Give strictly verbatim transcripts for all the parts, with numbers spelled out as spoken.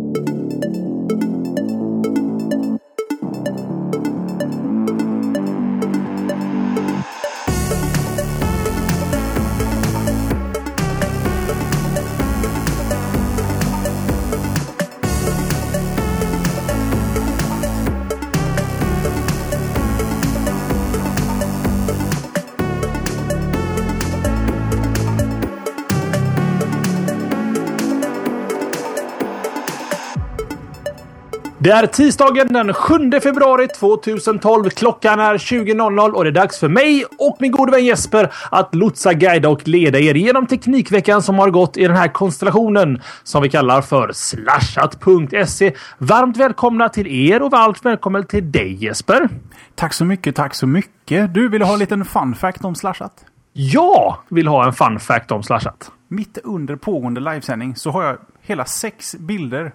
Det är tisdagen den sjunde februari tjugohundratolv. Klockan är tjugo noll noll och det är dags för mig och min gode vän Jesper att lotsa, guida och leda er genom teknikveckan som har gått i den här konstellationen som vi kallar för slashat punkt se. Varmt välkomna till er och varmt välkommen till dig, Jesper. Tack så mycket, tack så mycket. Du vill ha en liten fun fact om slashat? Jag vill ha en fun fact om slashat. Mitt under pågående livesändning så har jag hela sex bilder,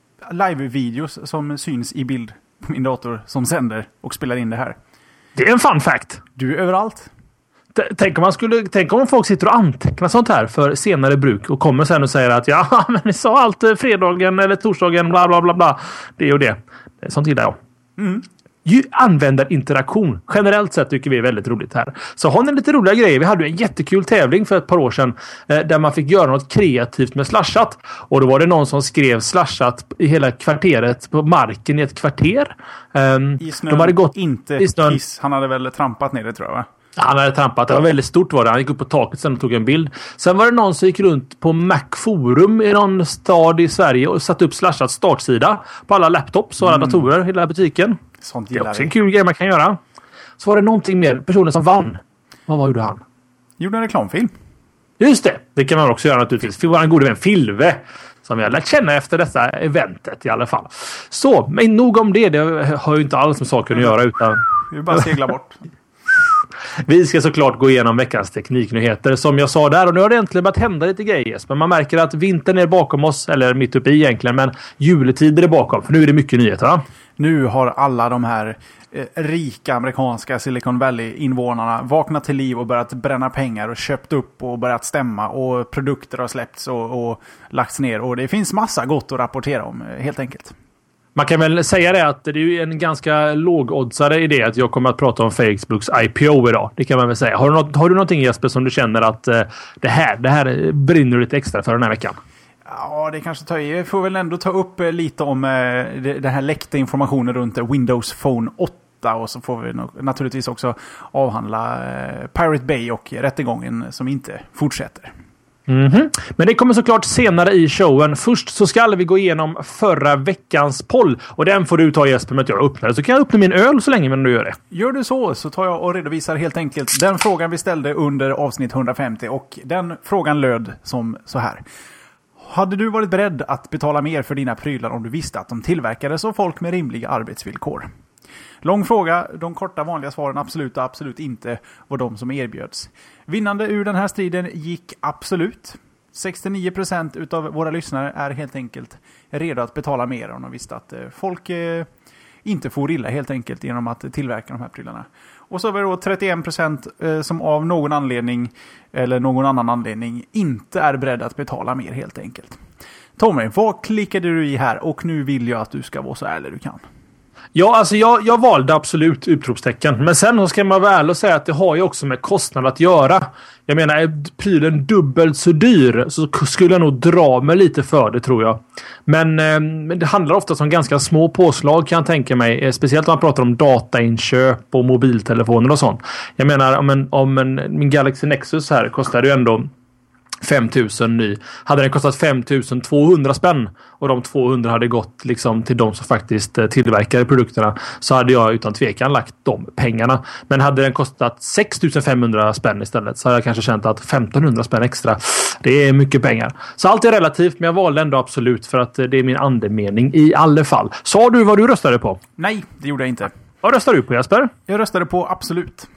live-videos som syns i bild på min dator som sänder och spelar in det här. Det är en fun fact. Du är överallt. T- tänk om man skulle, tänk om folk sitter och antecknar sånt här för senare bruk och kommer sen och säger att ja, men ni sa allt fredagen eller torsdagen bla bla bla bla. Det och det. Sånt gillar jag. Mm. Ju användarinteraktion generellt sett tycker vi är väldigt roligt här. Så har ni lite roliga grejer. Vi hade en jättekul tävling för ett par år sedan eh, där man fick göra något kreativt med slashat. Och då var det någon som skrev slashat i hela kvarteret på marken i ett kvarter. Um, I snön, de hade gått, inte i snön. Kiss. Han hade väl trampat ner det, tror jag, va? Han hade trampat. Det var väldigt stort var det. Han gick upp på taket sen och tog en bild. Sen var det någon som gick runt på Mac Forum i någon stad i Sverige och satte upp slashat startsida på alla laptops och alla Mm. datorer i hela butiken. Sånt Det är gillar också vi. en kul grej man kan göra. Så var det någonting mer. Personen som vann. Vad var gjorde han? Gjorde en reklamfilm. Just det. Det kan man också göra naturligtvis. För vår gode vän Filve. Som jag lärt känna efter detta eventet i alla fall. Så, men nog om det. Det har ju inte alls med saker att göra utan... Vi bara segla bort. Vi ska såklart gå igenom veckans tekniknyheter som jag sa där, och nu har det äntligen börjat hända lite grejer. Men man märker att vintern är bakom oss, eller mitt uppe i egentligen, men juletider är bakom, för nu är det mycket nyheter, va? Nu har alla de här eh, rika amerikanska Silicon Valley-invånarna vaknat till liv och börjat bränna pengar och köpt upp och börjat stämma, och produkter har släppts och, och lagts ner, och det finns massa gott att rapportera om, helt enkelt. Man kan väl säga det att det är ju en ganska lågoddsare idé att jag kommer att prata om Facebooks I P O idag. Det kan man väl säga. Har du, något, har du någonting, Jesper, som du känner att eh, det, här, det här brinner lite extra för den här veckan? Ja, det kanske tar i. Jag får väl ändå ta upp eh, lite om eh, det, den här läckta informationen runt eh, Windows Phone åtta, och så får vi no- naturligtvis också avhandla eh, Pirate Bay och rättegången som inte fortsätter. Mm-hmm. Men det kommer såklart senare i showen. Först så ska vi gå igenom förra veckans poll. Och den får du ta, Jesper, med att jag öppnar. Så kan jag öppna min öl så länge men du gör det. Gör du så, så tar jag och redovisar helt enkelt den frågan vi ställde under avsnitt hundrafemtio. Och den frågan löd som så här. Hade du varit beredd att betala mer för dina prylar om du visste att de tillverkades av folk med rimliga arbetsvillkor? Lång fråga, de korta vanliga svaren absolut och absolut inte var de som erbjöds. Vinnande ur den här striden gick absolut. sextionio procent utav våra lyssnare är helt enkelt redo att betala mer om de visste att folk eh, inte får illa helt enkelt genom att tillverka de här prylarna. Och så var det då trettioen procent eh, som av någon anledning eller någon annan anledning inte är beredda att betala mer helt enkelt. Tommy, vad klickade du i här? Och nu vill jag att du ska vara så ärlig du kan. Ja, alltså jag, jag valde absolut utropstecken. Men sen ska man vara ärlig och säga att det har ju också med kostnad att göra. Jag menar, är prylen dubbelt så dyr så skulle jag nog dra mig lite för det, tror jag. Men eh, det handlar ofta om ganska små påslag, kan jag tänka mig. Eh, speciellt om man pratar om datainköp och mobiltelefoner och sånt. Jag menar, om, en, om en, min Galaxy Nexus här kostar ju ändå fem tusen ny. Hade den kostat fem tusen tvåhundra spänn och de tvåhundra hade gått liksom till de som faktiskt tillverkar produkterna, så hade jag utan tvekan lagt de pengarna. Men hade den kostat sex tusen femhundra spänn istället, så hade jag kanske känt att femtonhundra spänn extra, det är mycket pengar. Så allt är relativt, men jag valde ändå absolut för att det är min andemening i alla fall. Sa du vad du röstade på? Nej, det gjorde jag inte. Vad röstade du på, Jesper? Jag röstade på absolut.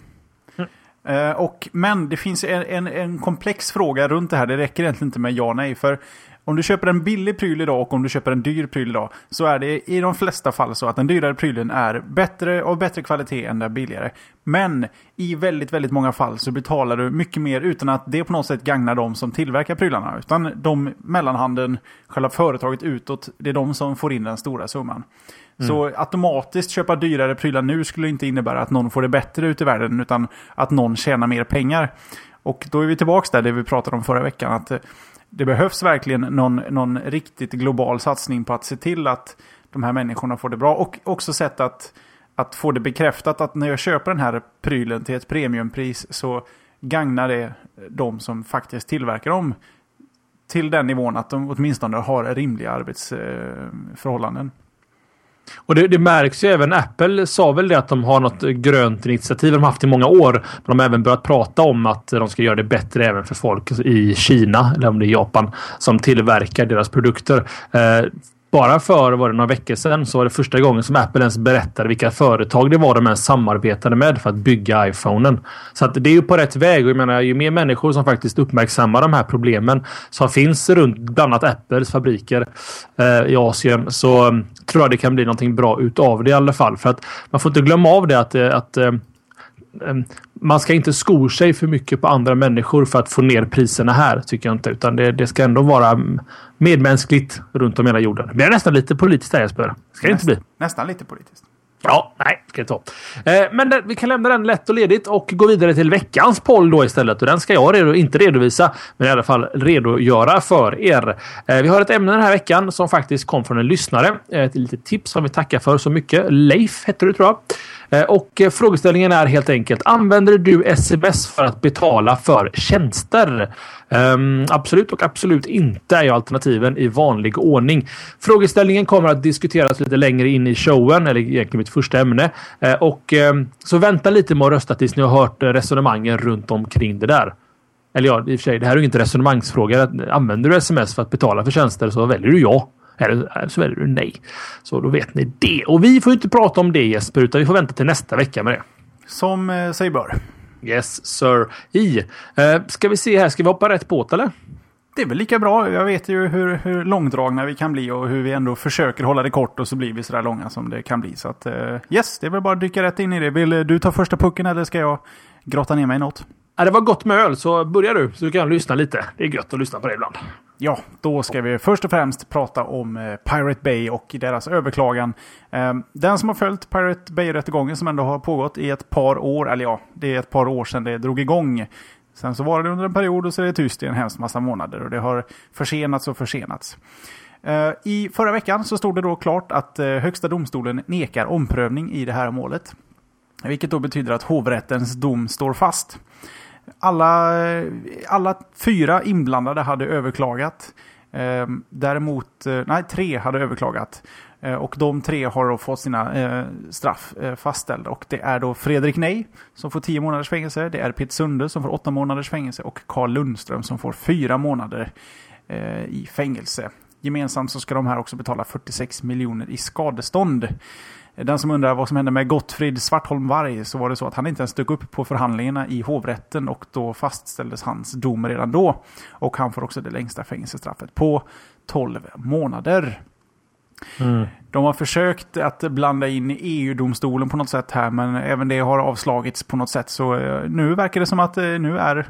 Uh, och, men det finns en, en, en komplex fråga runt det här. Det räcker egentligen inte med ja och nej. För om du köper en billig pryl idag och om du köper en dyr pryl idag, så är det i de flesta fall så att den dyrare prylen är bättre och bättre kvalitet än den billigare. Men i väldigt, väldigt många fall så betalar du mycket mer utan att det på något sätt gagnar de som tillverkar prylarna. Utan de mellanhanden, själva företaget utåt, det är de som får in den stora summan. Mm. Så automatiskt köpa dyrare prylar nu skulle inte innebära att någon får det bättre ut i världen, utan att någon tjänar mer pengar. Och då är vi tillbaka där det vi pratade om förra veckan, att det behövs verkligen någon, någon riktigt global satsning på att se till att de här människorna får det bra. Och också sett att, att få det bekräftat att när jag köper den här prylen till ett premiumpris så gagnar det de som faktiskt tillverkar dem till den nivån att de åtminstone har rimliga arbetsförhållanden. Och det, det märks ju även, Apple sa väl det att de har något grönt initiativ de har haft i många år. Men de har även börjat prata om att de ska göra det bättre även för folk i Kina, eller om det är Japan, som tillverkar deras produkter. Eh, bara för var det några veckor sedan så var det första gången som Apple ens berättade vilka företag det var de ens samarbetade med för att bygga iPhonen. Så att det är ju på rätt väg, och jag menar, ju mer människor som faktiskt uppmärksammar de här problemen som finns runt bland annat Apples fabriker eh, i Asien, så um, tror jag det kan bli någonting bra utav det i alla fall. För att man får inte glömma av det att, att eh, man ska inte skor sig för mycket på andra människor för att få ner priserna här, tycker jag inte. Utan det, det ska ändå vara medmänskligt runt om hela jorden. Det är nästan lite politiskt där, Jesper. Ska det Näst, inte bli? Nästan lite politiskt. Ja, nej, ska jag ta. Eh, men det, vi kan lämna den lätt och ledigt och gå vidare till veckans poll då istället. Och den ska jag redo, inte redovisa, men i alla fall redogöra för er. Eh, vi har ett ämne den här veckan som faktiskt kom från en lyssnare. Eh, ett litet tips som vi tackar för så mycket. Leif heter du, tror jag. Och frågeställningen är helt enkelt: använder du sms för att betala för tjänster? Um, absolut och absolut inte är ju alternativen i vanlig ordning. Frågeställningen kommer att diskuteras lite längre in i showen, eller egentligen mitt första ämne. Uh, och um, så vänta lite med att rösta tills ni har hört resonemangen runt omkring det där. Eller ja, i och för sig, det här är ju inte resonemangsfråga. Använder du sms för att betala för tjänster så väljer du ja. Eller så väljer du nej. Så då vet ni det. Och vi får ju inte prata om det, Jesper, utan vi får vänta till nästa vecka med det. Som eh, sig bör. Yes, sir. I. Eh, ska vi se här, ska vi hoppa rätt på det, eller? Det är väl lika bra. Jag vet ju hur, hur långdragna vi kan bli och hur vi ändå försöker hålla det kort, och så blir vi så där långa som det kan bli. Så att, eh, yes, det är väl bara att dyka rätt in i det. Vill du ta första pucken eller ska jag grotta ner mig i något? Ja, det var gott med öl, så börjar du så du kan lyssna lite. Det är gött att lyssna på det ibland. Ja, då ska vi först och främst prata om eh, Pirate Bay och deras överklagan. Eh, den som har följt Pirate Bay-rättegången, som ändå har pågått i ett par år, eller ja, det är ett par år sedan det drog igång. Sen så var det under en period och så är det tyst i en hemskt massa månader, och det har försenats och försenats. Eh, I förra veckan så stod det då klart att eh, högsta domstolen nekar omprövning i det här målet. Vilket då betyder att hovrättens dom står fast. Alla, alla fyra inblandade hade överklagat. Eh, däremot, eh, nej, tre hade överklagat. Eh, och de tre har då fått sina eh, straff eh, fastställda. Och det är då Fredrik Nej som får tio månaders fängelse. Det är Pitt Sunde som får åtta månaders fängelse. Och Carl Lundström som får fyra månader eh, i fängelse. Gemensamt så ska de här också betala fyrtiosex miljoner i skadestånd. Den som undrar vad som hände med Gottfrid Svartholm Varg, så var det så att han inte ens stod upp på förhandlingarna i hovrätten, och då fastställdes hans dom redan då. Och han får också det längsta fängelsestraffet på tolv månader. Mm. De har försökt att blanda in E U-domstolen på något sätt här, men även det har avslagits på något sätt. Så nu verkar det som att nu är,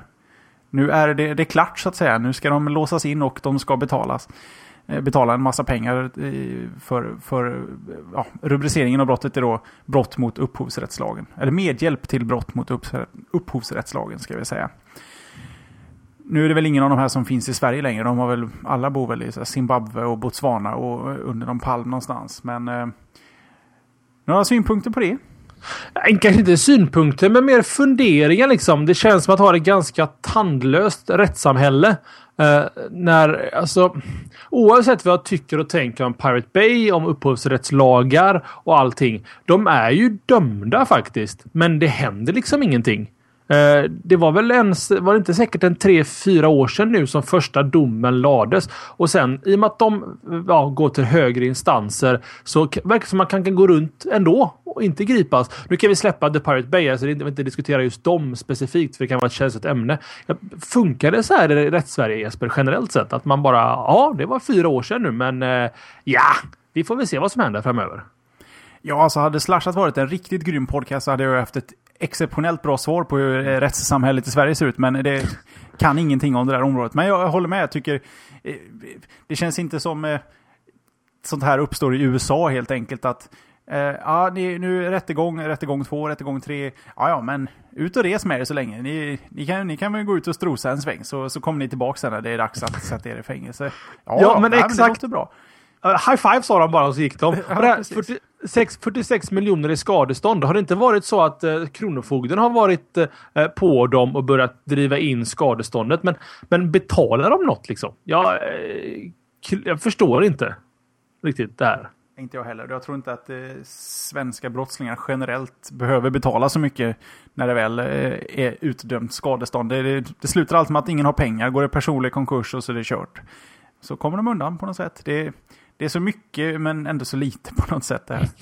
nu är det, det är klart, så att säga. Nu ska de låsas in och de ska betalas. betala en massa pengar för, för ja, rubriceringen av brottet är då brott mot upphovsrättslagen. Eller medhjälp till brott mot upphovsrättslagen, ska vi säga. Nu är det väl ingen av de här som finns i Sverige längre. De har väl, alla bor väl i Zimbabwe och Botswana och under någon palm någonstans. Men eh, några synpunkter på det? Kanske inte synpunkter, men mer funderingar liksom. Det känns som att ha ett ganska tandlöst rättssamhälle. Uh, när, alltså, oavsett vad jag tycker och tänker om Pirate Bay, om upphovsrättslagar och allting, de är ju dömda faktiskt, men det händer liksom ingenting. Eh, det var väl ens, var det inte säkert en tre, fyra år sedan nu som första domen lades. Och sen, i och med att de ja, går till högre instanser så verkar det som man kan, kan gå runt ändå och inte gripas. Nu kan vi släppa The Pirate Bay, alltså det är inte diskutera just dem specifikt för det kan vara ett känsligt ämne. Funkar det så här i rättssverige, Jesper, generellt sett? Att man bara, ja, det var fyra år sedan nu, men eh, ja, vi får väl se vad som händer framöver. Ja, alltså hade Slashat varit en riktigt grym podcast så hade jag haft ett exceptionellt bra svar på hur rättssamhället i Sverige ser ut, men det kan ingenting om det där området. Men jag håller med, jag tycker det känns inte som eh, sånt här uppstår i U S A helt enkelt att eh, ja, ni, nu är rättegång, rättegång två, rättegång tre, ja ja, men ut och res med er så länge. Ni, ni, kan, ni kan väl gå ut och strosa en sväng så, så kommer ni tillbaka sen när det är dags att sätta er i fängelse. Ja, ja men nej, exakt. Men det låter bra. Uh, high five sa de bara och så gick de. Ja, fyrtiosex, fyrtiosex miljoner i skadestånd. Har det inte varit så att uh, Kronofogden har varit uh, på dem och börjat driva in skadeståndet? Men, men betalar de något liksom? Jag, uh, jag förstår inte riktigt det här. Inte jag heller. Jag tror inte att eh, svenska brottslingar generellt behöver betala så mycket när det väl eh, är utdömt skadestånd. Det, det, det slutar alltid med att ingen har pengar. Går det personlig konkurs och så är det kört. Så kommer de undan på något sätt. Det, det är så mycket men ändå så lite på något sätt. Det här.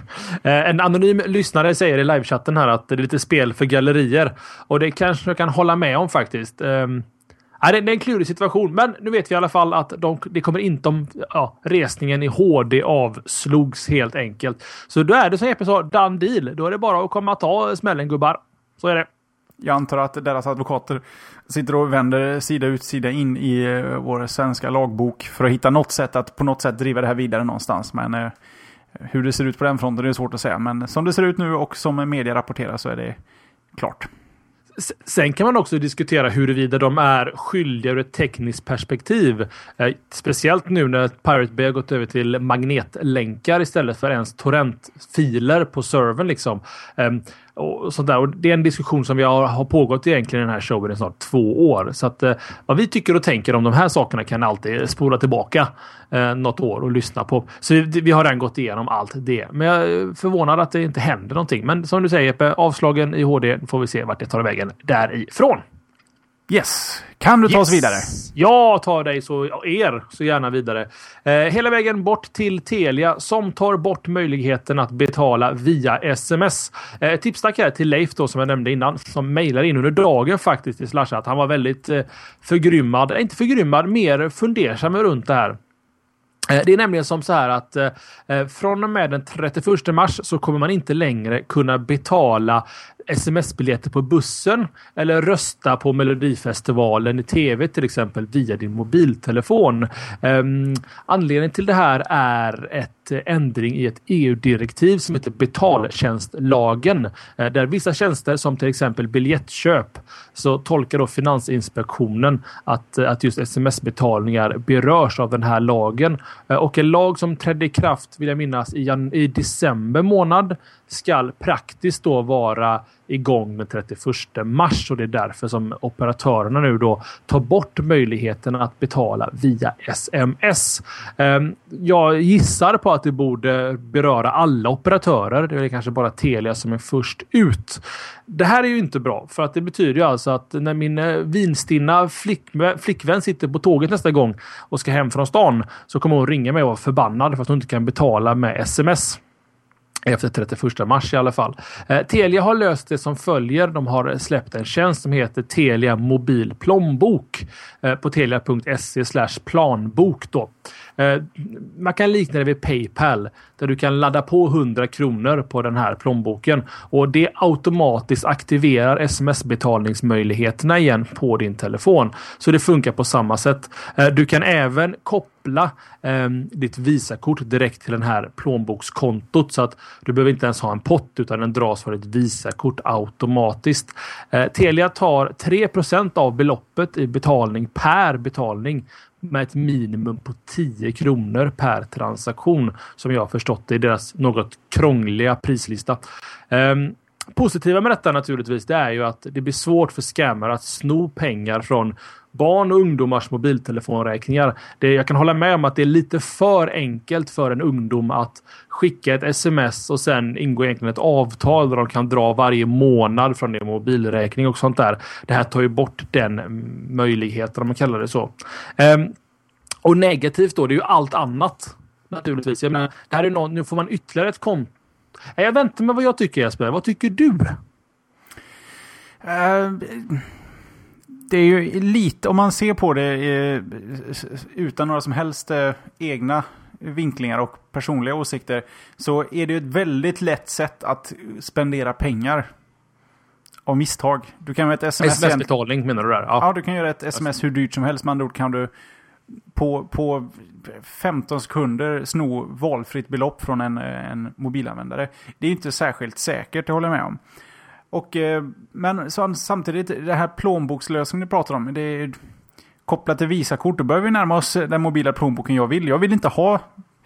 En anonym lyssnare säger i livechatten här att det är lite spel för gallerier. Och det kanske jag kan hålla med om faktiskt. Um, ja, det är en klurig situation. Men nu vet vi i alla fall att de, det kommer inte om ja, resningen i H D avslogs helt enkelt. Så då är det som Jeppe sa, done deal. Då är det bara att komma och ta smällen, gubbar. Så är det. Jag antar att deras advokater sitter och vänder sida ut sida in i uh, vår svenska lagbok för att hitta något sätt att på något sätt driva det här vidare någonstans. Men uh, hur det ser ut på den fronten är svårt att säga. Men som det ser ut nu och som media rapporterar så är det klart. Sen kan man också diskutera huruvida de är skyldiga ur ett tekniskt perspektiv. Eh, speciellt nu när Pirate Bay har gått över till magnetlänkar istället för ens torrentfiler på servern liksom. Eh, och sånt där. Och det är en diskussion som vi har, har pågått egentligen i den här showen i snart två år. Så att eh, vad vi tycker och tänker om de här sakerna kan alltid spola tillbaka eh, något år och lyssna på. Så vi, vi har redan gått igenom allt det. Men jag är förvånad att det inte händer någonting. Men som du säger Jeppe, avslagen i H D får vi se vart det tar vägen därifrån. Yes. Kan du ta yes. oss vidare? Jag tar dig så er så gärna vidare. Eh, hela vägen bort till Telia som tar bort möjligheten att betala via sms. Eh, tipstack här till Leif då som jag nämnde innan som mejlar in under dagen faktiskt i Slashat. Han var väldigt eh, förgrymmad, inte förgrymmad, mer fundersam runt det här. Det är nämligen som så här att eh, från och med den trettioförsta mars så kommer man inte längre kunna betala sms-biljetter på bussen eller rösta på Melodifestivalen i tv till exempel via din mobiltelefon. Eh, anledningen till det här är ett ändring i ett E U-direktiv som heter betaltjänstlagen eh, där vissa tjänster som till exempel biljettköp så tolkar då Finansinspektionen att, att just sms-betalningar berörs av den här lagen. Och en lag som trädde i kraft, vill jag minnas, i, jan- i december månad ska praktiskt då vara igång med trettioförsta mars och det är därför som operatörerna nu då tar bort möjligheten att betala via sms. Jag gissar på att det borde beröra alla operatörer. Det är kanske bara Telia som är först ut. Det här är ju inte bra för att det betyder ju alltså att när min vinstinna flick, flickvän sitter på tåget nästa gång och ska hem från stan så kommer hon ringa mig och vara förbannad för att hon inte kan betala med sms. Efter trettioförsta mars i alla fall. Eh, Telia har löst det som följer. De har släppt en tjänst som heter Telia Mobil Plånbok eh, på telia punkt se slash planbok då. Eh, man kan likna det vid PayPal där du kan ladda på hundra kronor på den här plånboken och det automatiskt aktiverar sms-betalningsmöjligheterna igen på din telefon. Så det funkar på samma sätt. Eh, du kan även koppla eh, ditt Visakort direkt till den här plånbokskontot så att du behöver inte ens ha en pott utan den dras för ett Visakort automatiskt. Eh, Telia tar tre procent av beloppet i betalning per betalning med ett minimum på tio kronor per transaktion som jag har förstått det i deras något krångliga prislista. Um, positiva med detta naturligtvis, det är ju att det blir svårt för scammare att sno pengar från barn och ungdomars mobiltelefonräkningar. Det, jag kan hålla med om att det är lite för enkelt för en ungdom att skicka ett sms och sen ingå egentligen ett avtal där de kan dra varje månad från din mobilräkning och sånt där. Det här tar ju bort den möjligheten, om man kallar det så. Um, och negativt då, det är ju allt annat naturligtvis. Jag menar, det här är någon, nu får man ytterligare ett konto. Jag väntar med vad jag tycker, Jesper. Vad tycker du? Uh, det är ju lite, om man ser på det uh, utan några som helst uh, egna vinklingar och personliga åsikter, så är det ju ett väldigt lätt sätt att spendera pengar av misstag. Du kan göra ett sms... sms-betalning menar du där? Ja. ja, du kan göra ett sms hur dyrt som helst. Man då kan du på, på femton sekunder sno valfritt belopp från en, en mobilanvändare. Det är inte särskilt säkert, det håller jag med om. Och, men så, samtidigt, det här plånbokslösningen du pratar om, det är kopplat till Visakort. Då börjar vi närma oss den mobila plånboken jag vill. Jag vill inte ha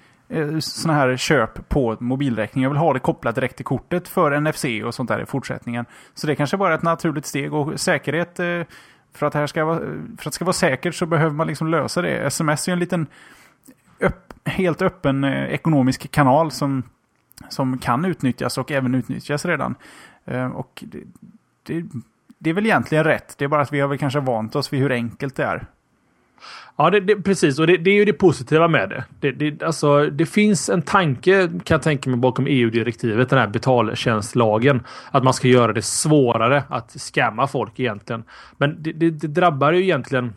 såna här köp på mobilräkning. Jag vill ha det kopplat direkt till kortet för N F C och sånt där i fortsättningen. Så det kanske bara är ett naturligt steg. Och säkerhet, för att, här ska vara, för att det ska vara säkert så behöver man liksom lösa det. Sms är en liten öpp, helt öppen ekonomisk kanal som, som kan utnyttjas och även utnyttjas redan. Och det, det, det är väl egentligen rätt. Det är bara att vi har väl kanske vant oss vid hur enkelt det är. Ja, det, det, precis. Och det, det är ju det positiva med det. Det, det, alltså, det finns en tanke, kan jag tänka mig, bakom E U-direktivet, den här betaltjänstlagen. Att man ska göra det svårare att scamma folk egentligen. Men det, det, det drabbar ju egentligen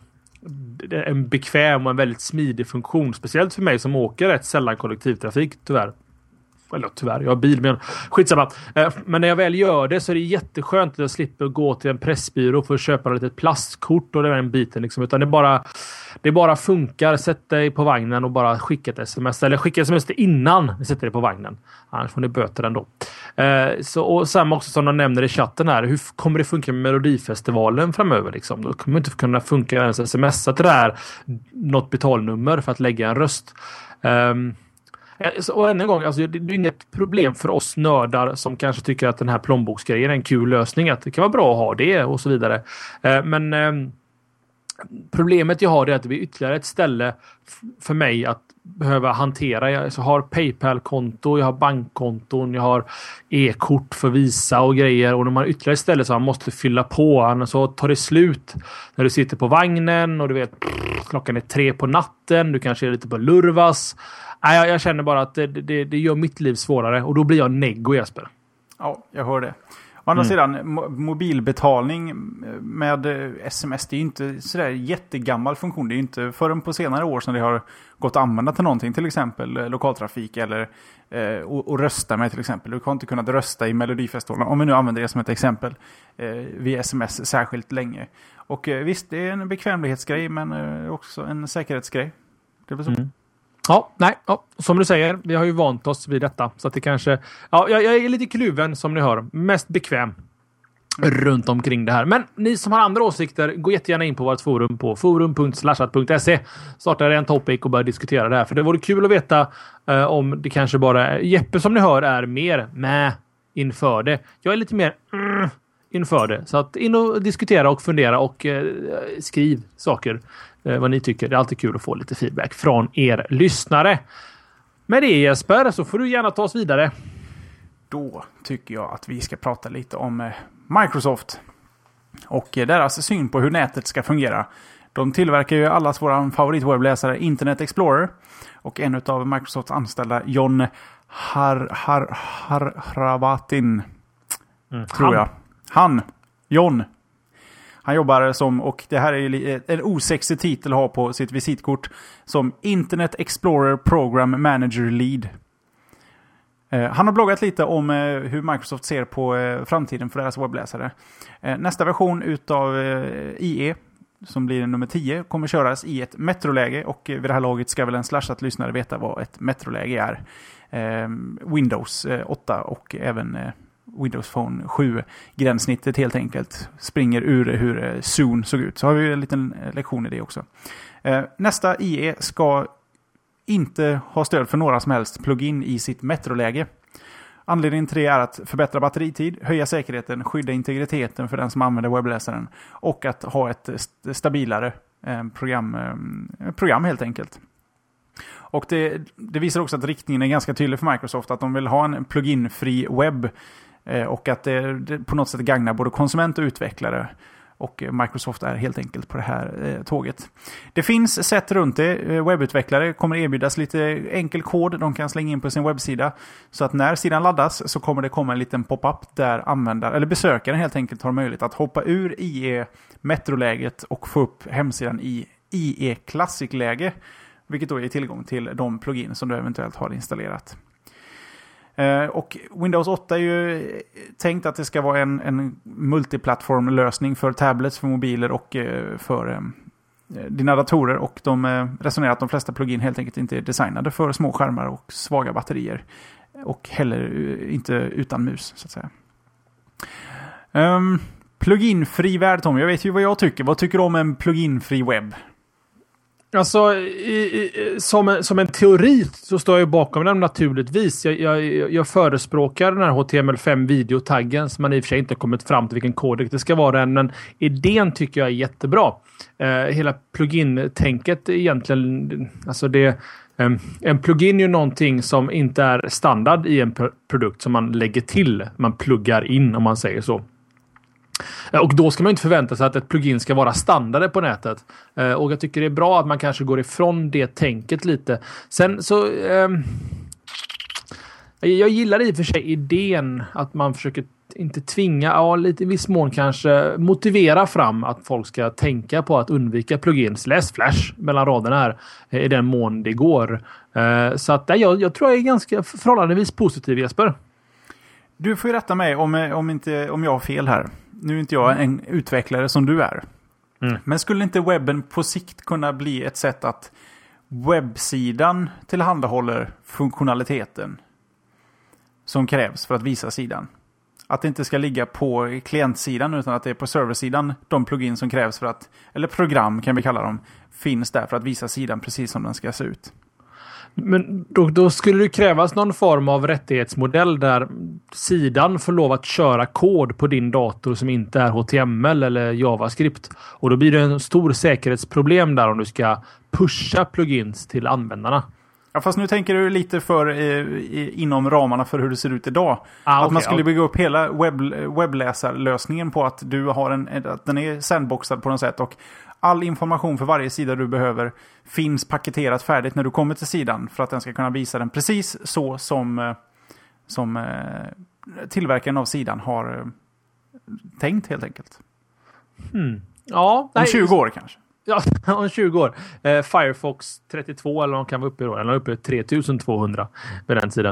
en bekväm och en väldigt smidig funktion. Speciellt för mig som åker rätt sällan kollektivtrafik, tyvärr. Eller tyvärr, jag har bil, men skitsamma. Men när jag väl gör det så är det jätteskönt att jag slipper gå till en pressbyrå för att köpa ett litet plastkort och det är en biten liksom. Utan det bara, det bara funkar. Sätt dig på vagnen och bara skicka ett sms. Eller skicka ett sms innan ni sätter dig på vagnen. Annars får ni böter ändå. Eh, så, och samma också som de nämner i chatten här. Hur kommer det funka med Melodifestivalen framöver liksom? Då kommer det inte kunna funka ens smsa till det här något betalnummer för att lägga en röst. Um, Och än en gång, alltså, det är inget problem för oss nördar som kanske tycker att den här plånboksgrejen är en kul lösning, att det kan vara bra att ha det och så vidare. Men eh, problemet jag har är att det blir ytterligare ett ställe för mig att behöva hantera. Jag har PayPal-konto, jag har bankkonton, jag har e-kort för Visa och grejer, och när man har ytterligare ett ställe så man måste fylla på, annars så tar det slut när du sitter på vagnen och du vet klockan är tre på natten, du kanske är lite på lurvas. Nej, jag, jag känner bara att det, det, det gör mitt liv svårare och då blir jag neggo, Jesper. Ja, jag hör det. Å andra mm. sidan, mo- mobilbetalning med sms, det är ju inte sådär jättegammal funktion. Det är ju inte förrän på senare år som det har gått att använda till någonting, till exempel lokaltrafik eller eh, och, och rösta med till exempel. Du har inte kunnat rösta i Melodifestivalen, om vi nu använder det som ett exempel, eh, via sms särskilt länge. Och eh, visst, det är en bekvämlighetsgrej, men eh, också en säkerhetsgrej. Det är väl så. Mm. Ja, nej, ja, som du säger, vi har ju vant oss vid detta. Så att det kanske, ja, jag, jag är lite kluven som ni hör. Mest bekväm runt omkring det här. Men ni som har andra åsikter, gå jättegärna in på vårt forum på forum punkt slashat punkt se. Starta en topic och börja diskutera det här. För det vore kul att veta eh, om det kanske bara, Jeppe som ni hör är mer med inför det. Jag är lite mer mm, inför det. Så att in och diskutera och fundera och eh, skriv saker. Vad ni tycker. Det är alltid kul att få lite feedback från er lyssnare. Med det, Jesper, så får du gärna ta oss vidare. Då tycker jag att vi ska prata lite om Microsoft och deras syn på hur nätet ska fungera. De tillverkar ju allas våran favoritwebbläsare Internet Explorer, och en av Microsofts anställda, John Har, Har, Har, Harabatin, mm, tror jag. Han, John. Han jobbar som, och det här är ju en osexig titel att ha på sitt visitkort, som Internet Explorer Program Manager Lead. Eh, han har bloggat lite om eh, hur Microsoft ser på eh, framtiden för deras webbläsare. Eh, nästa version utav eh, I E, som blir nummer tio, kommer köras i ett metroläge, och eh, vid det här laget ska väl en slashat lyssnare veta vad ett metroläge är. Eh, Windows eh, åtta och även eh, Windows Phone sju-gränssnittet helt enkelt springer ur hur Zoom såg ut. Så har vi en liten lektion i det också. Eh, nästa I E ska inte ha stöd för några som helst plugin i sitt metroläge. Anledningen till det är att förbättra batteritid, höja säkerheten, skydda integriteten för den som använder webbläsaren och att ha ett st- stabilare eh, program, eh, program helt enkelt. Och det, det visar också att riktningen är ganska tydlig för Microsoft, att de vill ha en plugin-fri webb eh, och att det, det på något sätt gagnar både konsument och utvecklare. Och Microsoft är helt enkelt på det här eh, tåget. Det finns sätt runt det. Webbutvecklare kommer erbjudas lite enkel kod de kan slänga in på sin webbsida. Så att när sidan laddas så kommer det komma en liten pop-up där användare, eller besökaren helt enkelt har möjlighet att hoppa ur I E-metroläget och få upp hemsidan i I E Classic-läge. Vilket då ger tillgång till de plugin som du eventuellt har installerat. Och Windows åtta är ju tänkt att det ska vara en, en multiplattformlösning för tablets, för mobiler och för eh, dina datorer. Och de resonerar att de flesta plugin helt enkelt inte är designade för små skärmar och svaga batterier. Och heller inte utan mus, så att säga. Um, pluginfri värld, Tom. Jag vet ju vad jag tycker. Vad tycker du om en pluginfri webb? Alltså, i, i, som, en, som en teori så står jag bakom den naturligtvis. Jag, jag, jag förespråkar den här H T M L fem videotaggen som man i och för sig inte kommit fram till vilken kodek det ska vara än, men idén tycker jag är jättebra. Eh, hela plugin-tänket egentligen, alltså det, eh, en plugin är ju någonting som inte är standard i en p- produkt som man lägger till, man pluggar in om man säger så. Och då ska man inte förvänta sig att ett plugin ska vara standard på nätet. Eh, och jag tycker det är bra att man kanske går ifrån det tänket lite. Sen så... Eh, jag gillar i och för sig idén att man försöker inte tvinga, ja lite i viss mån kanske motivera fram att folk ska tänka på att undvika plugins. Läs Flash mellan raderna här eh, i den mån det går. Eh, så att, eh, jag, jag tror jag är ganska förhållandevis positiv, Jesper. Du får ju rätta mig om, om, inte, om jag har fel här. Nu är inte jag en utvecklare som du är. Mm. Men skulle inte webben på sikt kunna bli ett sätt att webbsidan tillhandahåller funktionaliteten som krävs för att visa sidan? Att det inte ska ligga på klientsidan utan att det är på serversidan de plugin som krävs för att, eller program kan vi kalla dem, finns där för att visa sidan precis som den ska se ut. Men då, då skulle det krävas någon form av rättighetsmodell där sidan får lov att köra kod på din dator som inte är H T M L eller JavaScript. Och då blir det en stor säkerhetsproblem där om du ska pusha plugins till användarna. Ja, fast nu tänker du lite för eh, inom ramarna för hur det ser ut idag. Ah, att okay, man skulle ja. bygga upp hela webb, webbläsarlösningen på att du har en, att den är sandboxad på något sätt och all information för varje sida du behöver finns paketerat färdigt när du kommer till sidan för att den ska kunna visa den precis så som, som tillverkaren av sidan har tänkt helt enkelt. Hmm. Ja, om nej, tjugo år kanske. Ja, om tjugo år. Eh, Firefox trettiotvå eller de kan vara uppe i då. Eller uppe i tre tusen tvåhundra på den sidan.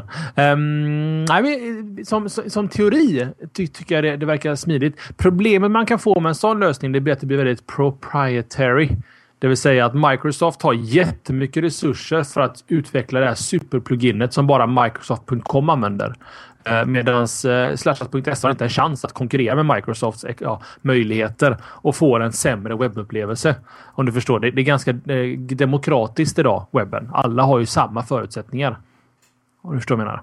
Um, nej, men, som, som, som teori ty, tycker jag det, det verkar smidigt. Problemet man kan få med en sån lösning det blir att det blir väldigt proprietary. Det vill säga att Microsoft har jättemycket resurser för att utveckla det här superpluginet som bara Microsoft punkt com använder. Eh, Medan eh, Slashat punkt se har inte en chans att konkurrera med Microsofts ja, möjligheter och få en sämre webbupplevelse. Om du förstår, det, det är ganska eh, demokratiskt idag, webben. Alla har ju samma förutsättningar. Om du förstår vad jag menar.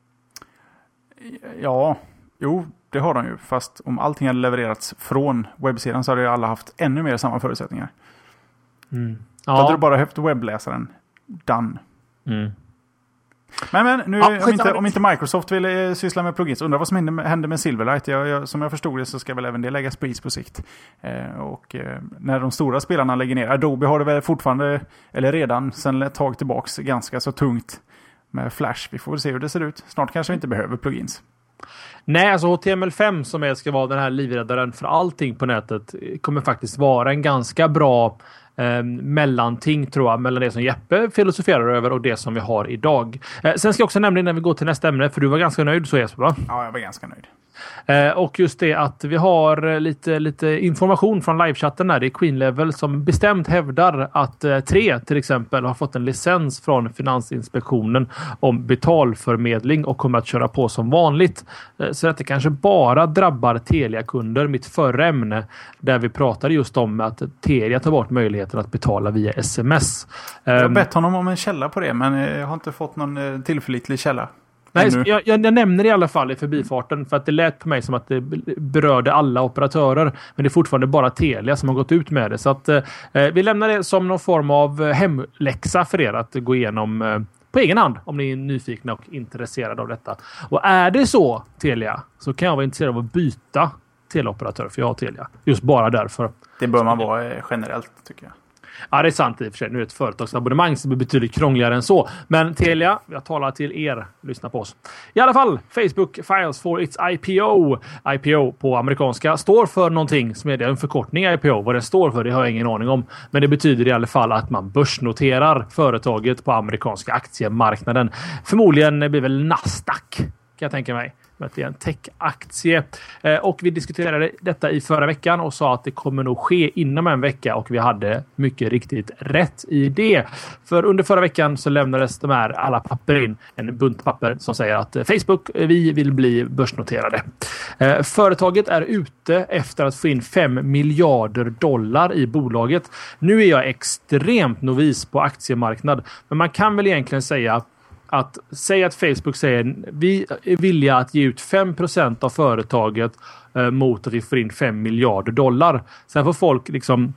Ja, jo, det har de ju. Fast om allting hade levererats från webbsidan så hade ju alla haft ännu mer samma förutsättningar. Mm. Ja. Då hade du bara behövt webbläsaren. Done. Mm. Men, men nu, Ja, om, inte, om inte Microsoft vill eh, syssla med plugins, undrar vad som händer med, händer med Silverlight. Jag, jag, som jag förstod det så ska väl även det läggas pris på sikt. Eh, och eh, när de stora spelarna lägger ner. Adobe har det väl fortfarande, eller redan sedan ett tag tillbaks, ganska så tungt med Flash. Vi får väl se hur det ser ut. Snart kanske vi inte behöver plugins. Nej, alltså H T M L fem som är, ska vara den här livräddaren för allting på nätet kommer faktiskt vara en ganska bra eh, mellanting tror jag, mellan det som Jeppe filosoferar över och det som vi har idag. Eh, sen ska jag också nämna innan vi går till nästa ämne, för du var ganska nöjd så Jesper, va? Ja, jag var ganska nöjd. Eh, och just det att vi har lite, lite information från livechatten där. Det är Queen Level som bestämt hävdar att eh, tre till exempel har fått en licens från Finansinspektionen om betalförmedling och kommer att köra på som vanligt. Eh, så att det kanske bara drabbar Telia-kunder. Mitt förra ämne där vi pratade just om att Telia tar bort möjligheten att betala via sms. Eh, jag har bett honom om en källa på det, men jag har inte fått någon tillförlitlig källa. Nej, jag, jag, jag nämner det i alla fall i förbifarten för att det lät på mig som att det berörde alla operatörer. Men det är fortfarande bara Telia som har gått ut med det. Så att eh, vi lämnar det som någon form av hemläxa för er att gå igenom eh, på egen hand om ni är nyfikna och intresserade av detta. Och är det så, Telia, så kan jag vara intresserad av att byta teleoperatör för jag har Telia. Just bara därför. Det bör man vara generellt, tycker jag. Ja, det är sant i och för sig. Nu är det ett företagsabonnemang som är betydligt krångligare än så. Men Telia, jag talar till er. Lyssna på oss. I alla fall, Facebook files for its I P O. I P O på amerikanska står för någonting som är det, en förkortning I P O. Vad det står för, det har jag ingen aning om. Men det betyder i alla fall att man börsnoterar företaget på amerikanska aktiemarknaden. Förmodligen blir väl Nasdaq, kan jag tänka mig. Att det är en tech-aktie. Eh, och vi diskuterade detta i förra veckan och sa att det kommer nog ske inom en vecka och vi hade mycket riktigt rätt i det. För under förra veckan så lämnades de här alla papper in. En bunt papper som säger att eh, Facebook, eh, vi vill bli börsnoterade. Eh, företaget är ute efter att få in fem miljarder dollar i bolaget. Nu är jag extremt novis på aktiemarknad. Men man kan väl egentligen säga att säga att Facebook säger vi är villiga att ge ut fem procent av företaget eh, mot att vi får in fem miljarder dollar. Sen får folk liksom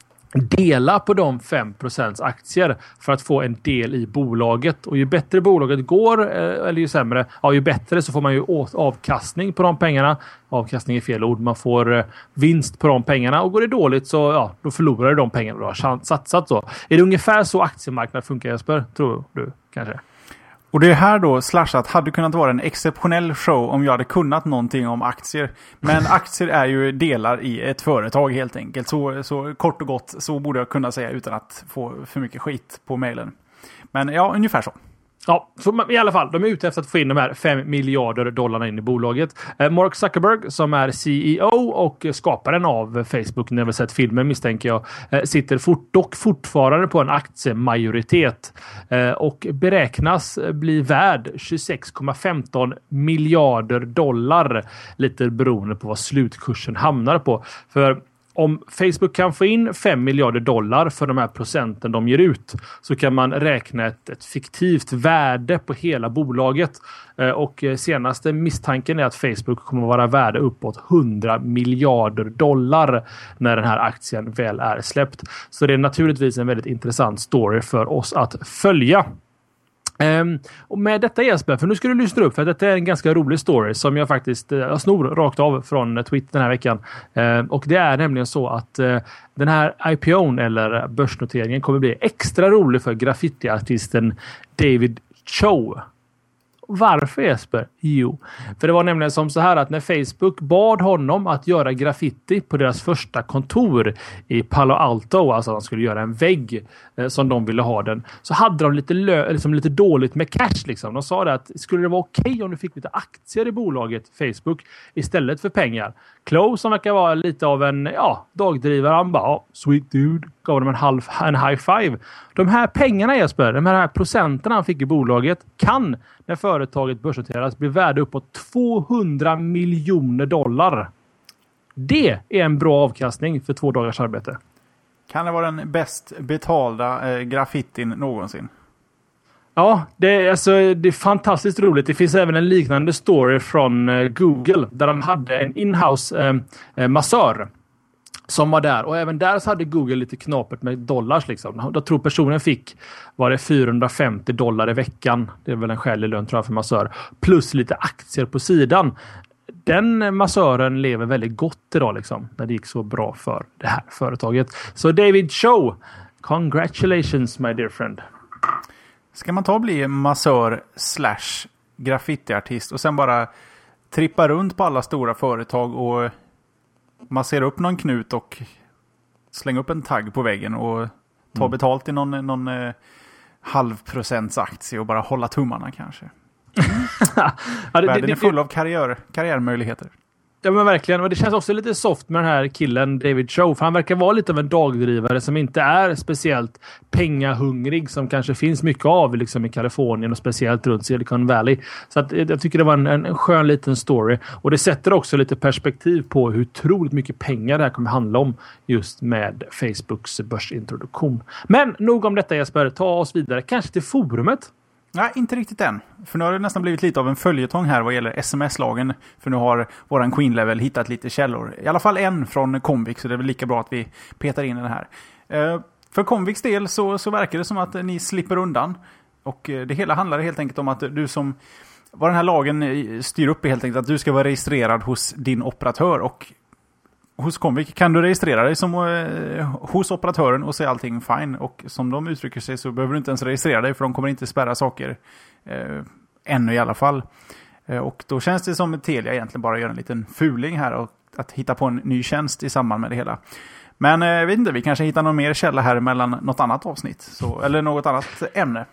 dela på de fem procent aktier för att få en del i bolaget. Och ju bättre bolaget går, eh, eller ju sämre, ja, ju bättre så får man ju avkastning på de pengarna. Avkastning är fel ord. Man får eh, vinst på de pengarna. Och går det dåligt så ja, då förlorar du de pengarna du har satsat. Så. Är det ungefär så aktiemarknaden funkar, Jesper? Tror du kanske? Och det här då, Slashat, hade kunnat vara en exceptionell show om jag hade kunnat någonting om aktier. Men aktier är ju delar i ett företag helt enkelt. Så, så kort och gott, så borde jag kunna säga utan att få för mycket skit på mejlen. Men ja, ungefär så. Ja, så i alla fall, de är ute efter att få in de här fem miljarder dollarna in i bolaget. Eh, Mark Zuckerberg, som är C E O och skaparen av Facebook, när vi sett filmen misstänker jag, eh, sitter fort, dock fortfarande på en aktiemajoritet eh, och beräknas bli värd tjugosex komma femton miljarder dollar. Lite beroende på vad slutkursen hamnar på. För om Facebook kan få in fem miljarder dollar för de här procenten de ger ut så kan man räkna ett, ett fiktivt värde på hela bolaget. Eh, och senaste misstanken är att Facebook kommer att vara värde uppåt hundra miljarder dollar när den här aktien väl är släppt. Så det är naturligtvis en väldigt intressant story för oss att följa. Um, och med detta Jesper, för nu ska du lyssna upp för att detta är en ganska rolig story som jag faktiskt uh, jag snor rakt av från Twitter den här veckan. Uh, och det är nämligen så att uh, den här I P O:n eller börsnoteringen kommer bli extra rolig för graffitiartisten David Cho. Varför, Jesper? Jo, för det var nämligen som så här att när Facebook bad honom att göra graffiti på deras första kontor i Palo Alto, alltså att de skulle göra en vägg eh, som de ville ha den, så hade de lite, lö- liksom lite dåligt med cash. Liksom. De sa det att skulle det vara okej okay om du fick lite aktier i bolaget Facebook istället för pengar. Chloe, som verkar vara lite av en ja, dagdrivare, han bara, ja, sweet dude, gav dem en, halv, en high five. De här pengarna, Jesper, de här procenten han fick i bolaget kan, när företaget börsnoteras, bli värde uppåt tvåhundra miljoner dollar. Det är en bra avkastning för två dagars arbete. Kan det vara den bäst betalda eh, graffitin någonsin? Ja, det är, alltså, det är fantastiskt roligt. Det finns även en liknande story från eh, Google där de hade en inhouse eh, massör som var där. Och även där så hade Google lite knapert med dollars. Liksom. Jag tror personen fick var det fyrahundrafemtio dollar i veckan. Det är väl en skälig lön tror jag för massör. Plus lite aktier på sidan. Den massören lever väldigt gott idag liksom, när det gick så bra för det här företaget. Så David Cho, congratulations my dear friend. Ska man ta och bli massör slash graffitiartist och sen bara trippa runt på alla stora företag och massera upp någon knut och slänga upp en tagg på väggen och ta mm. betalt i någon, någon eh, halvprocents aktie och bara hålla tummarna kanske? ja, det, Världen det, det, är full av karriär, karriärmöjligheter. Ja men verkligen, och det känns också lite soft med den här killen David Cho, för han verkar vara lite av en dagdrivare som inte är speciellt pengahungrig som kanske finns mycket av liksom i Kalifornien och speciellt runt Silicon Valley. Så att, jag tycker det var en, en skön liten story och det sätter också lite perspektiv på hur otroligt mycket pengar det här kommer handla om just med Facebooks börsintroduktion. Men nog om detta Jesper, ta oss vidare kanske till forumet. Nej, inte riktigt än. För nu har det nästan blivit lite av en följetong här vad gäller sms-lagen. För nu har våran Queen Level hittat lite källor. I alla fall en från Comvik, så det är väl lika bra att vi petar in den här. Uh, för Comviks del så, så verkar det som att ni slipper undan. Och uh, det hela handlar helt enkelt om att du som... Vad den här lagen styr upp är helt enkelt att du ska vara registrerad hos din operatör. Och hos Comvik kan du registrera dig som uh, hos operatören och se allting fine. Och som de uttrycker sig så behöver du inte ens registrera dig, för de kommer inte spärra saker uh, ännu i alla fall. Uh, och då känns det som att Telia egentligen bara gör en liten fuling här och att hitta på en ny tjänst i samband med det hela. Men jag uh, vet inte, vi kanske hittar någon mer källa här mellan något annat avsnitt. Så, eller något annat ämne.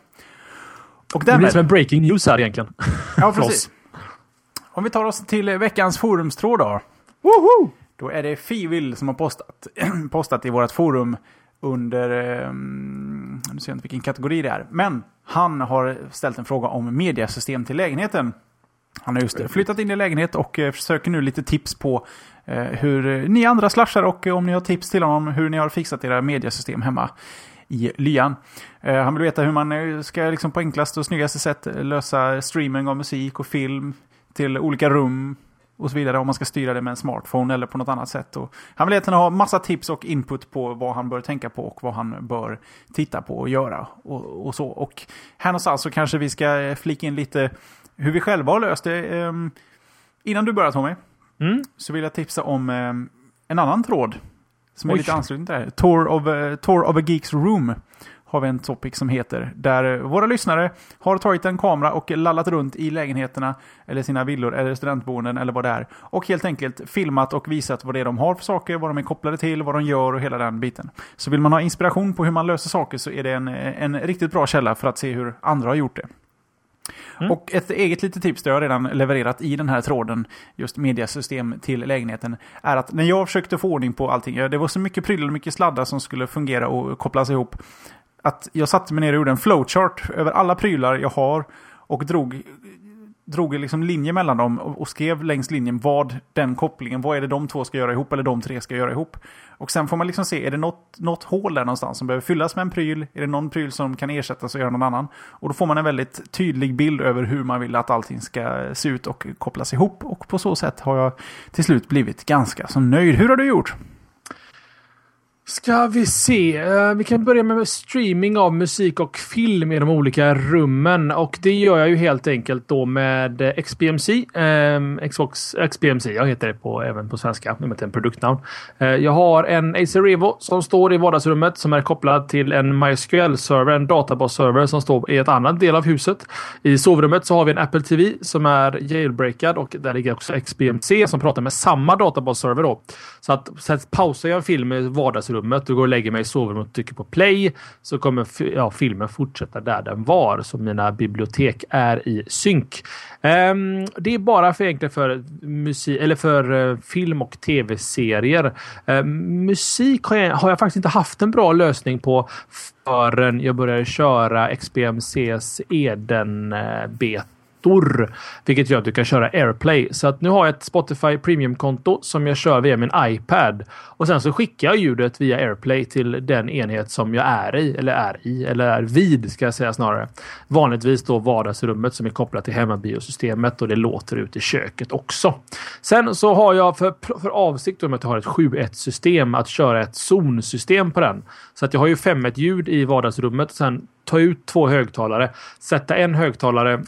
Och därmed... Det blir som en breaking news här egentligen. Ja, precis. Om vi tar oss till veckans forumstråd då. Woho! Då är det Fivil som har postat, postat i vårt forum under... Um, nu ser jag inte vilken kategori det är. Men han har ställt en fråga om mediasystem till lägenheten. Han har just flyttat in i lägenhet och uh, söker nu lite tips på uh, hur ni andra slashar och uh, om ni har tips till honom hur ni har fixat era mediasystem hemma i lyan. Uh, han vill veta hur man uh, ska liksom på enklaste och snyggaste sätt lösa streaming av musik och film till olika rum och så vidare, om man ska styra det med en smartphone eller på något annat sätt. Och han vill egentligen ha massa tips och input på vad han bör tänka på och vad han bör titta på och göra och, och så. Och här någonstans så kanske vi ska flika in lite hur vi själva har löst det. Um, innan du börjar, Tommy, mm. så vill jag tipsa om um, en annan tråd som är Oj. lite anslutning till det här. Tour of, uh, Tour of a Geek's Room har vi en topic som heter, där våra lyssnare har tagit en kamera och lallat runt i lägenheterna eller sina villor eller studentboenden eller vad det är och helt enkelt filmat och visat vad det är de har för saker, vad de är kopplade till, vad de gör och hela den biten. Så vill man ha inspiration på hur man löser saker så är det en, en riktigt bra källa för att se hur andra har gjort det. Mm. Och ett eget litet tips det jag har redan levererat i den här tråden, just mediasystem till lägenheten, är att när jag försökte få ordning på allting, det var så mycket prylar och mycket sladdar som skulle fungera och kopplas ihop, att jag satte mig ner och gjorde en flowchart över alla prylar jag har och drog, drog liksom linje mellan dem och skrev längs linjen vad den kopplingen, vad är det de två ska göra ihop eller de tre ska göra ihop. Och sen får man liksom se, är det något, något hål där någonstans som behöver fyllas med en pryl? Är det någon pryl som kan ersättas och göra någon annan? Och då får man en väldigt tydlig bild över hur man vill att allting ska se ut och kopplas ihop. Och på så sätt har jag till slut blivit ganska så nöjd. Hur har du gjort? Ska vi se. Uh, vi kan börja med streaming av musik och film i de olika rummen. Och det gör jag ju helt enkelt då med X B M C. Um, Xbox X B M C, jag heter det på, även på svenska. Det är en produktnamn. Uh, jag har en Acer Evo som står i vardagsrummet som är kopplad till en MySQL-server, en databas-server som står i ett annat del av huset. I sovrummet så har vi en Apple T V som är jailbreakad och där ligger också X B M C som pratar med samma databas-server då. Så att, så att pausar jag en film i vardagsrummet och går och lägger mig i sovrummet och trycker på play så kommer ja, filmen fortsätta där den var, så mina bibliotek är i synk. Um, det är bara för egentligen för musik eller för uh, film och tv-serier. Uh, musik har jag, har jag faktiskt inte haft en bra lösning på förrän jag började köra X B M C:s Eden-beta. Vilket gör att du kan köra AirPlay. Så att nu har jag ett Spotify Premium-konto som jag kör via min iPad. Och sen så skickar jag ljudet via AirPlay till den enhet som jag är i. Eller är i. Eller är vid ska jag säga snarare. Vanligtvis då vardagsrummet som är kopplat till hemmabiosystemet. Och det låter ut i köket också. Sen så har jag för, för avsikt om att jag har ett sju ett-system att köra ett zonsystem på den. Så att jag har ju fem ett-ljud i vardagsrummet. Och sen ta ut två högtalare. Sätta en högtalare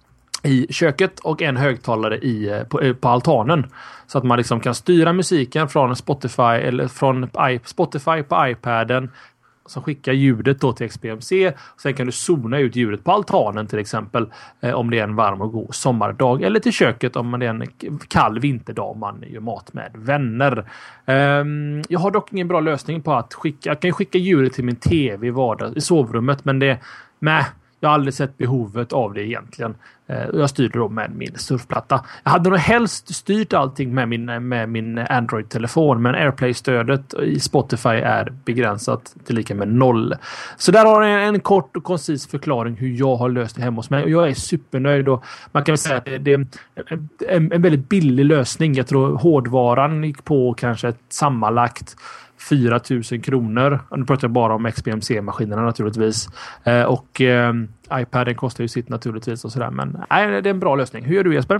i köket och en högtalare i, på, på altanen. Så att man liksom kan styra musiken från Spotify eller från Spotify på iPaden som skickar ljudet då till X B M C. Sen kan du zona ut ljudet på altanen till exempel eh, om det är en varm och god sommardag. Eller till köket om det är en kall vinterdag man gör mat med vänner. Um, jag har dock ingen bra lösning på att skicka. Jag kan skicka ljudet till min tv i vardag, i sovrummet, men det med jag har aldrig sett behovet av det egentligen. Jag styrde då med min surfplatta. Jag hade nog helst styrt allting med min, med min Android-telefon. Men AirPlay-stödet i Spotify är begränsat till lika med noll. Så där har jag en kort och koncis förklaring hur jag har löst det hemma hos mig. Och jag är supernöjd. Och man kan väl säga att det är en, en väldigt billig lösning. Jag tror hårdvaran gick på kanske ett sammanlagt fyra tusen kronor. Nu pratar jag bara om X B M C-maskinerna naturligtvis. Eh, och eh, iPaden kostar ju sitt naturligtvis och sådär. Men nej, det är en bra lösning. Hur gör du, Jesper?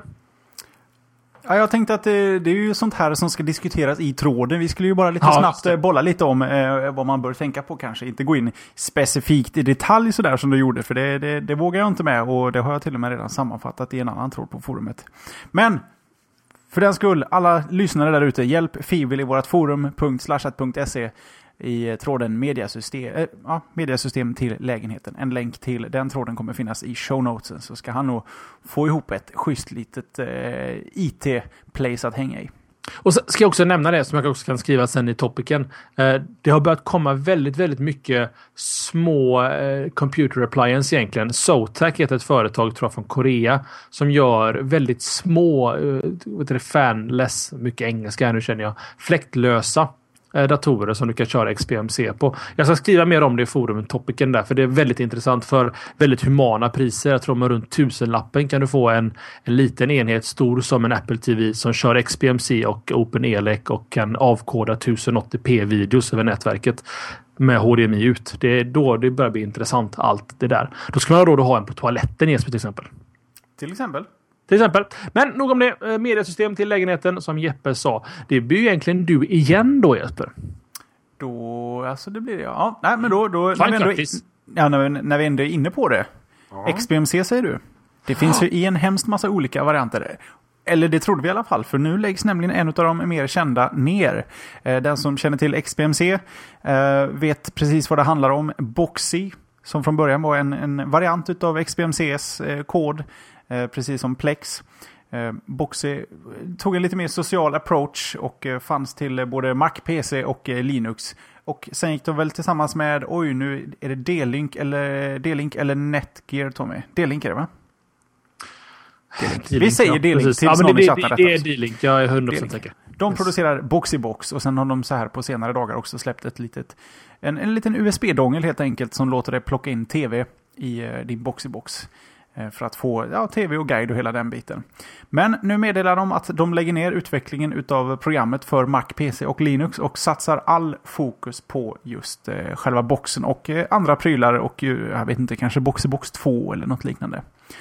Ja, jag tänkte att det, det är ju sånt här som ska diskuteras i tråden. Vi skulle ju bara lite ja, snabbt bolla lite om eh, vad man bör tänka på kanske. Inte gå in specifikt i detalj sådär som du gjorde. För det, det, det vågar jag inte med. Och det har jag till och med redan sammanfattat i en annan tråd på forumet. Men för den skull, alla lyssnare där ute, hjälp Fivel i vårt forum punkt slashat punkt se i tråden mediasystem, äh, ja, mediasystem till lägenheten. En länk till den tråden kommer finnas i show notesen, så ska han nog få ihop ett schysst litet eh, I T-place att hänga i. Och så ska jag också nämna det som jag också kan skriva sen i topicen. Eh, det har börjat komma väldigt, väldigt mycket små eh, computer appliance egentligen. Zotac heter ett företag, tror jag, från Korea som gör väldigt små, eh, vet du, fanless, mycket engelska här nu känner jag, fläktlösa datorer som du kan köra X B M C på. Jag ska skriva mer om det i forumet, topicen där, för det är väldigt intressant för väldigt humana priser. Jag tror med runt tusenlappen kan du få en, en liten enhet stor som en Apple T V som kör X B M C och OpenELEC och kan avkoda tusen åttio p videos över nätverket med H D M I ut. Det är då det börjar bli intressant, allt det där. Då ska man ha råd att ha en på toaletten, Jesper, till exempel. Till exempel? Till exempel. Men nog om det. Mediasystem till lägenheten, som Jeppe sa. Det blir ju egentligen du igen då, Jesper. Då, alltså det blir det, ja. Nej, men då, då Fan, när, vi ändå, ja, när, vi, när vi ändå är inne på det. Ja. X B M C säger du. Det finns ja. ju i en hemskt massa olika varianter. Eller det trodde vi i alla fall, för nu läggs nämligen en av de mer kända ner. Den som känner till X B M C vet precis vad det handlar om. Boxy, som från början var en, en variant utav X B M Cs kod. Eh, precis som Plex. Eh, Boxy tog en lite mer social approach och eh, fanns till eh, både Mac, P C och eh, Linux. Och sen gick de väl tillsammans med, oj nu är det D-Link eller, D-Link eller Netgear, Tommy. D-Link är det, va? D-Link. Vi säger ja, D-Link tills ja, någon det, i chatten det, det är D-Link, jag är hundra procent säker. De yes. producerar Boxybox och sen har de så här på senare dagar också släppt ett litet, en, en liten U S B-dongel helt enkelt som låter dig plocka in tv i eh, din Boxybox. För att få ja, tv och guide och hela den biten. Men nu meddelar de att de lägger ner utvecklingen utav programmet för Mac, P C och Linux och satsar all fokus på just eh, själva boxen och eh, andra prylar och jag vet inte, kanske Boxybox två eller något liknande.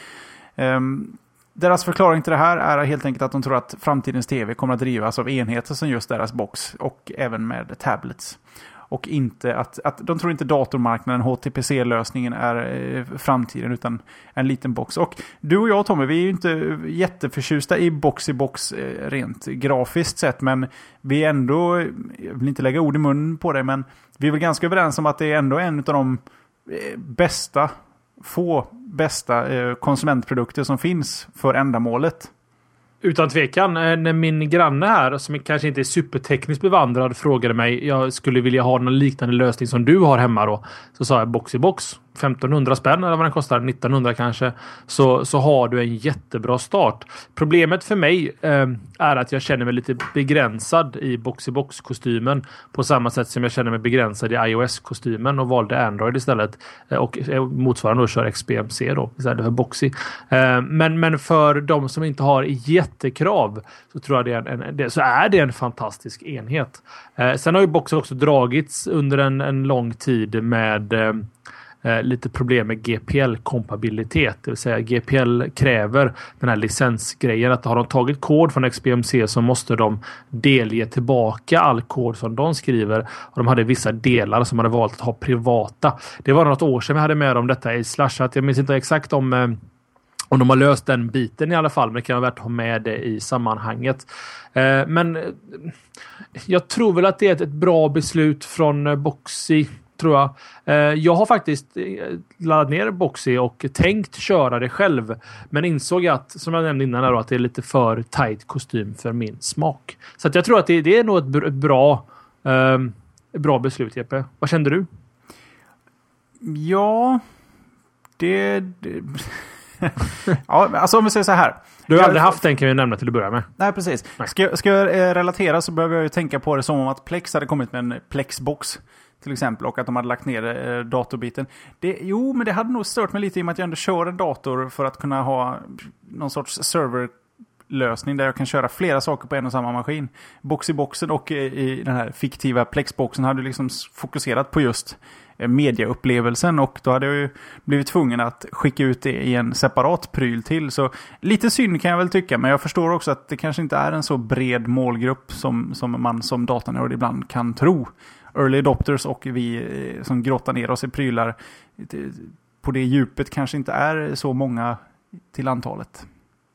Um, deras förklaring till det här är helt enkelt att de tror att framtidens tv kommer att drivas av enheter som just deras box och även med tablets. Och inte att, att de tror inte datormarknaden, H T P C-lösningen är eh, framtiden utan en liten box. Och du och jag, Tommy, vi är ju inte jätteförtjusta i Boxybox eh, rent grafiskt sett, men vi är ändå, jag vill inte lägga ord i munnen på det, men vi är väl ganska överens om att det är ändå en av de eh, bästa, få bästa eh, konsumentprodukter som finns för ändamålet. Utan tvekan, när min granne här, som kanske inte är supertekniskt bevandrad, frågade mig, jag skulle vilja ha någon liknande lösning som du har hemma då. Så sa jag Boxybox, femtonhundra spänn eller vad den kostar, nittonhundra kanske. Så, så har du en jättebra start. Problemet för mig eh, är att jag känner mig lite begränsad i Boxybox-kostymen på samma sätt som jag känner mig begränsad i iOS-kostymen och valde Android istället. Eh, och motsvarande då kör X B M C då istället för Boxy. Eh, men, men för de som inte har jättekrav så tror jag det är en, en, det, så är det en fantastisk enhet. Eh, sen har ju Boxy också dragits under en, en lång tid med eh, Eh, lite problem med G P L-kompabilitet. Det vill säga G P L kräver den här licensgrejen att har de tagit kod från X B M C så måste de delge tillbaka all kod som de skriver. Och de hade vissa delar som hade valt att ha privata. Det var något år sedan vi hade med om detta i Slashat. Jag minns inte exakt om eh, om de har löst den biten i alla fall, men det kan vara värt att ha med det i sammanhanget. Eh, men eh, jag tror väl att det är ett, ett bra beslut från eh, Boxy, tror jag. Eh, jag har faktiskt eh, laddat ner Boxy och tänkt köra det själv, men insåg att, som jag nämnde innan, då, att det är lite för tight kostym för min smak. Så att jag tror att det, det är nog ett, br- ett bra eh, bra beslut, Jeppe. Vad kände du? Ja, det... det... ja, alltså om vi säger så här. Du har jag, aldrig haft den, kan vi nämna till att börja med. Nej, precis. Nej. Ska, ska jag relatera så behöver jag ju tänka på det som om att Plex hade kommit med en Plexbox till exempel och att de hade lagt ner eh, datorbiten. Det, jo, men det hade nog stört mig lite i och med att jag ändå kör en dator för att kunna ha någon sorts server lösning där jag kan köra flera saker på en och samma maskin. Boxy-boxen och i den här fiktiva Plex-boxen hade liksom fokuserat på just mediaupplevelsen, och då hade jag ju blivit tvungen att skicka ut det i en separat pryl till. Så lite synd kan jag väl tycka, men jag förstår också att det kanske inte är en så bred målgrupp som, som man som datanörd ibland kan tro. Early adopters och vi som grottar ner oss i prylar på det djupet kanske inte är så många till antalet.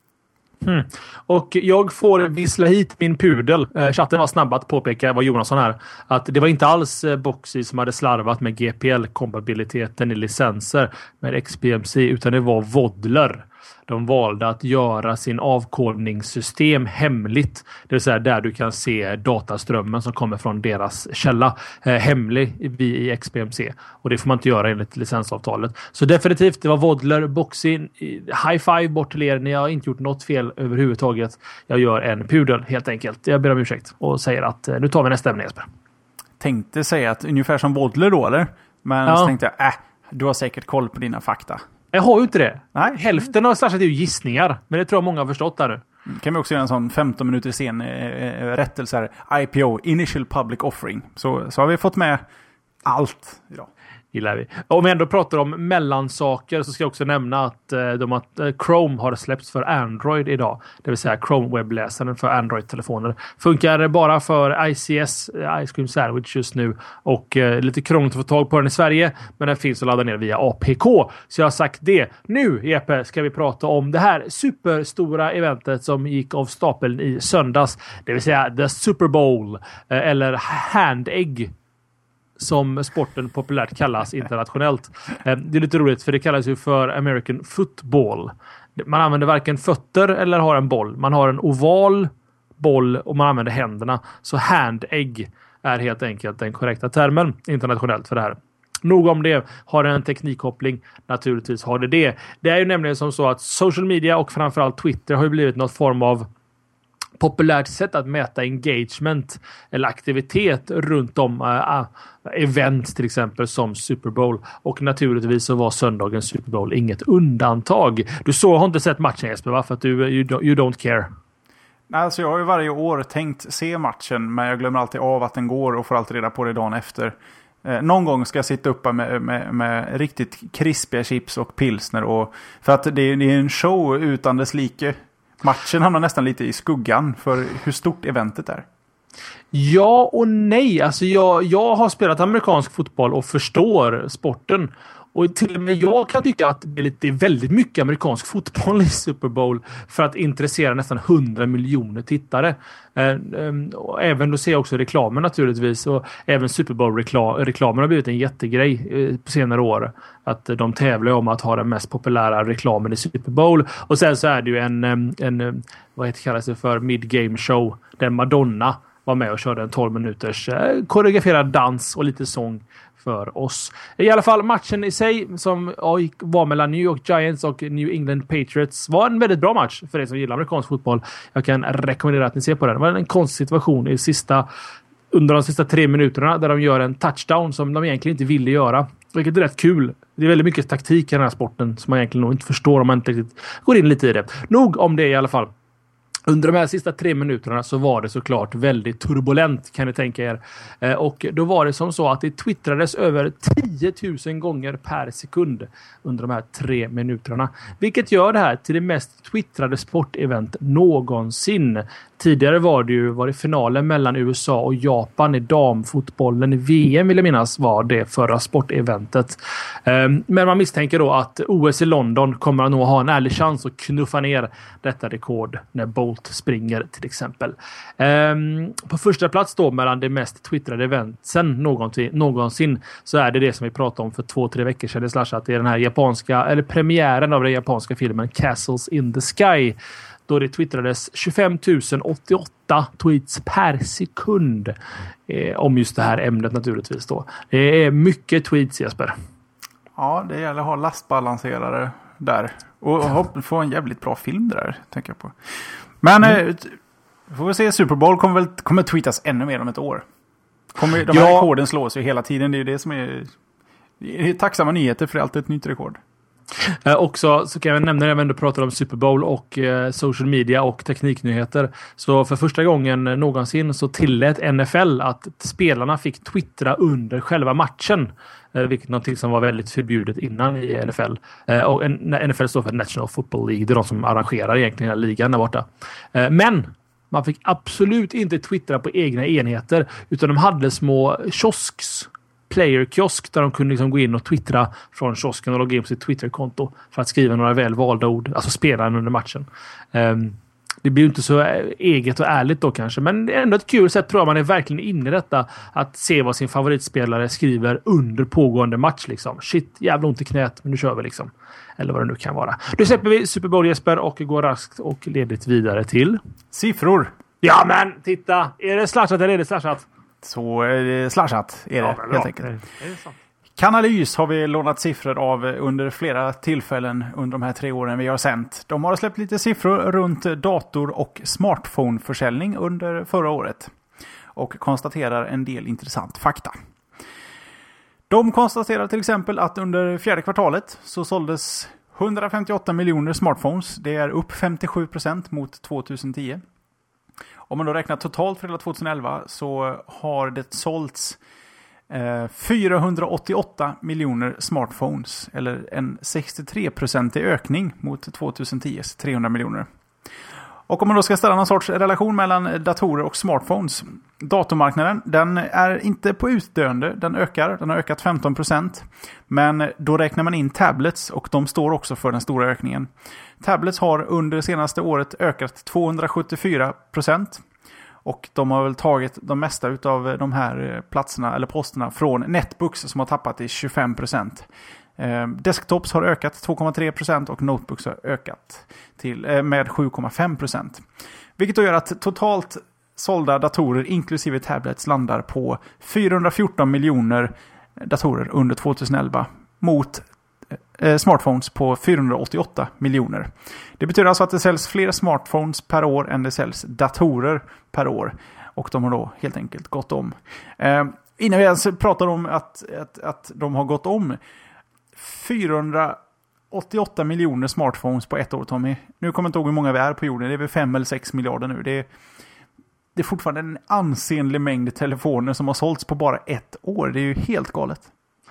Mm. Och jag får vissla hit min pudel. Eh, chatten var snabb att påpeka, vad Jonasson här, att det var inte alls eh, Boxy som hade slarvat med G P L-kompatibiliteten i licenser med X P M C, utan det var Vodler. De valde att göra sin avkodningssystem hemligt. Det vill säga där du kan se dataströmmen som kommer från deras källa. Eh, hemlig i, i X P M C. Och det får man inte göra enligt licensavtalet. Så definitivt, det var Vodler, Boxy. High five bort till er. Ni har inte gjort något fel överhuvudtaget. Jag gör en pudel helt enkelt. Jag ber om ursäkt och säger att eh, nu tar vi nästa ämne, Jesper. Tänkte säga att ungefär som Vodler då, eller? Men ja. Så tänkte jag, äh, du har säkert koll på dina fakta. Jag har ju inte det. Nej. Hälften av slashat är ju gissningar. Men det tror jag många har förstått där nu. Kan vi också göra en sån femton minuter sen äh, rättelse här. I P O, Initial Public Offering. Så, så har vi fått med allt idag. Gillar vi. Om vi ändå pratar om mellansaker så ska jag också nämna att, eh, de att eh, Chrome har släppts för Android idag. Det vill säga Chrome webbläsaren för Android-telefoner. Funkar bara för I C S, Ice Cream Sandwich just nu. Och eh, lite krångligt att få tag på den i Sverige. Men den finns att ladda ner via A P K. Så jag har sagt det. Nu, Jeppe, ska vi prata om det här superstora eventet som gick av stapeln i söndags. Det vill säga The Super Bowl. Eh, eller Hand-Egg, som sporten populärt kallas internationellt. Det är lite roligt för det kallas ju för American Football. Man använder varken fötter eller har en boll. Man har en oval boll och man använder händerna. Så hand-egg är helt enkelt den korrekta termen internationellt för det här. Nog om det. Har en teknikkoppling? Naturligtvis har det det. Det är ju nämligen som så att social media och framförallt Twitter har ju blivit något form av populärt sätt att mäta engagement eller aktivitet runt om uh, event till exempel som Super Bowl. Och naturligtvis så var söndagens Super Bowl inget undantag. Du så har inte sett matchen, Jesper, va? För att du you don't, you don't care. Alltså jag har ju varje år tänkt se matchen, men jag glömmer alltid av att den går och får alltid reda på det dagen efter. Eh, någon gång ska jag sitta uppe med, med, med riktigt krispiga chips och pilsner. Och, för att det, det är en show utan dess like. Matchen hamnar nästan lite i skuggan för hur stort eventet är. Ja och nej. Alltså jag, jag har spelat amerikansk fotboll och förstår sporten. Och till och med jag kan tycka att det är, lite, det är väldigt mycket amerikansk fotboll i Super Bowl för att intressera nästan hundra miljoner tittare. Eh, eh, och även då ser jag också reklamen naturligtvis. Och även Super Bowl-reklamen har blivit en jättegrej eh, på senare år. Att de tävlar om att ha den mest populära reklamen i Super Bowl. Och sen så är det ju en, en, en vad heter kallas det för, mid-game show där Madonna var med och körde en tolv minuters eh, koreograferad dans och lite sång för oss. I alla fall matchen i sig som var mellan New York Giants och New England Patriots var en väldigt bra match för er som gillar amerikansk fotboll. Jag kan rekommendera att ni ser på den. Det var en konstig situation i sista, under de sista tre minuterna där de gör en touchdown som de egentligen inte ville göra. Vilket är rätt kul. Det är väldigt mycket taktik i den här sporten som man egentligen nog inte förstår om man inte riktigt går in lite i det. Nog om det i alla fall. Under de här sista tre minuterna så var det såklart väldigt turbulent, kan ni tänka er. Eh, och då var det som så att det twittrades över tio tusen gånger per sekund under de här tre minuterna. Vilket gör det här till det mest twittrade sportevent någonsin. Tidigare var det ju var det finalen mellan U S A och Japan i damfotbollen i V M, vill jag minnas, var det förra sporteventet. Um, men man misstänker då att O S i London kommer att nog ha en ärlig chans att knuffa ner detta rekord när Bolt springer till exempel. Um, på första plats då mellan det mest twittrade eventen någonsin, någonsin så är det det som vi pratade om för två, tre veckor sedan i Slash, att det är den här japanska, eller premiären av den japanska filmen Castles in the Sky. Då det twittrades tjugofem tusen åttioåtta tweets per sekund eh, om just det här ämnet naturligtvis då. Det är mycket tweets, Jesper. Ja, det gäller att ha lastbalanserare där. Och hopp, få en jävligt bra film där, tänker jag på. Men mm. eh, får vi se, Super Bowl kommer väl kommer tweetas ännu mer om ett år. Kommer, de här ja. rekorden slås ju hela tiden. Det är ju det som är, det är tacksamma nyheter, för det är alltid ett nytt rekord. Eh, också så kan jag nämna när vi ändå pratar om Super Bowl och eh, social media och tekniknyheter. Så för första gången någonsin så tillät N F L att spelarna fick twittra under själva matchen. Eh, vilket är någonting som var väldigt förbjudet innan i N F L. Eh, och en, N F L står för National Football League. Det är de som arrangerar egentligen hela ligan där borta. Eh, men man fick absolut inte twittra på egna enheter, utan de hade små kiosks. Player-kiosk där de kunde liksom gå in och twittra från kiosken och logga in på sitt Twitter-konto för att skriva några väl valda ord, alltså spelaren under matchen. Um, det blir ju inte så eget och ärligt då kanske, men det är ändå ett kul sätt, tror jag, man är verkligen inne i detta, att se vad sin favoritspelare skriver under pågående match liksom. Shit, jävla ont i knät, men nu kör vi liksom. Eller vad det nu kan vara. Då släpper vi Super Bowl, Jesper, och går raskt och ledigt vidare till siffror. Ja, men titta! Är det slashat eller är det slashat? Så eh, slashat är det, ja, helt enkelt. Det är så. Kanalys har vi lånat siffror av under flera tillfällen under de här tre åren vi har sänt. De har släppt lite siffror runt dator- och smartphone-försäljning under förra året. Och konstaterar en del intressant fakta. De konstaterar till exempel att under fjärde kvartalet så såldes hundrafemtioåtta miljoner smartphones. Det är upp femtiosju procent mot tjugohundratio. Om man då räknar totalt för hela tjugoelva så har det sålts eh, fyrahundraåttioåtta miljoner smartphones. Eller en sextiotre procent ökning mot tjugohundratio, trehundra miljoner. Och om man då ska ställa någon sorts relation mellan datorer och smartphones. Datormarknaden, den är inte på utdöende. Den ökar, den har ökat femton procent. Men då räknar man in tablets och de står också för den stora ökningen. Tablets har under det senaste året ökat tvåhundrasjuttiofyra procent. Och de har väl tagit de mesta av de här platserna eller posterna från Netbooks som har tappat i tjugofem procent. Eh, desktops har ökat två komma tre procent och notebooks har ökat till, eh, med sju komma fem procent. Vilket då gör att totalt sålda datorer inklusive tablets landar på fyrahundrafjorton miljoner datorer under tjugoelva mot eh, smartphones på fyrahundraåttioåtta miljoner. Det betyder alltså att det säljs fler smartphones per år än det säljs datorer per år. Och de har då helt enkelt gått om. Eh, innan vi ens pratar om att, att, att de har gått om fyrahundraåttioåtta miljoner smartphones på ett år, Tommy. Nu kommer jag inte ihåg hur många vi är på jorden. Det är väl fem eller sex miljarder nu. Det är, det är fortfarande en ansenlig mängd telefoner som har sålts på bara ett år. Det är ju helt galet.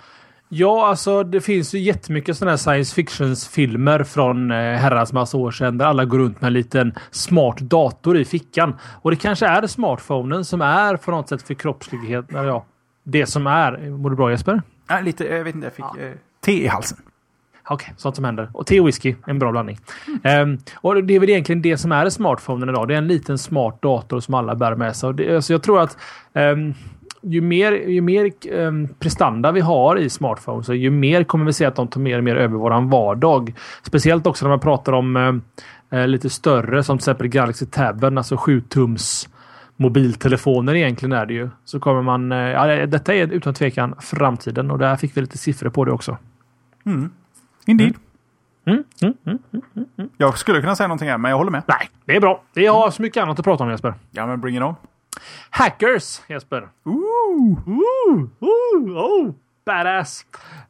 Ja, alltså det finns ju jättemycket sådana här science fiction-filmer från eh, herrans massa år sedan där alla går runt med en liten smart dator i fickan. Och det kanske är smartphonen som är på något sätt förkroppslighet. Ja, det som är. Mår du bra, Jesper? Ja, lite, jag vet inte, jag fick ja. eh, te i halsen. Okej, okay, sånt som händer. Och te och whisky, en bra blandning. Mm. Um, och det är väl egentligen det som är smartphonen idag. Det är en liten smart dator som alla bär med sig. Och det, så jag tror att um, ju mer, ju mer um, prestanda vi har i smartphones, så ju mer kommer vi se att de tar mer och mer över våran vardag. Speciellt också när man pratar om uh, lite större, som till exempel Galaxy Tabben, alltså sju tums mobiltelefoner egentligen är det ju. Så kommer man, uh, ja, detta är utan tvekan framtiden, och där fick vi lite siffror på det också. Mm. Indeed. Mm. Mm, mm, mm, mm, mm. Jag skulle kunna säga någonting här, men jag håller med. Nej, det är bra. Vi har så mycket annat att prata om, Jesper. Ja, men bring it on. Hackers, Jesper. Ooh, ooh, ooh, oh, badass.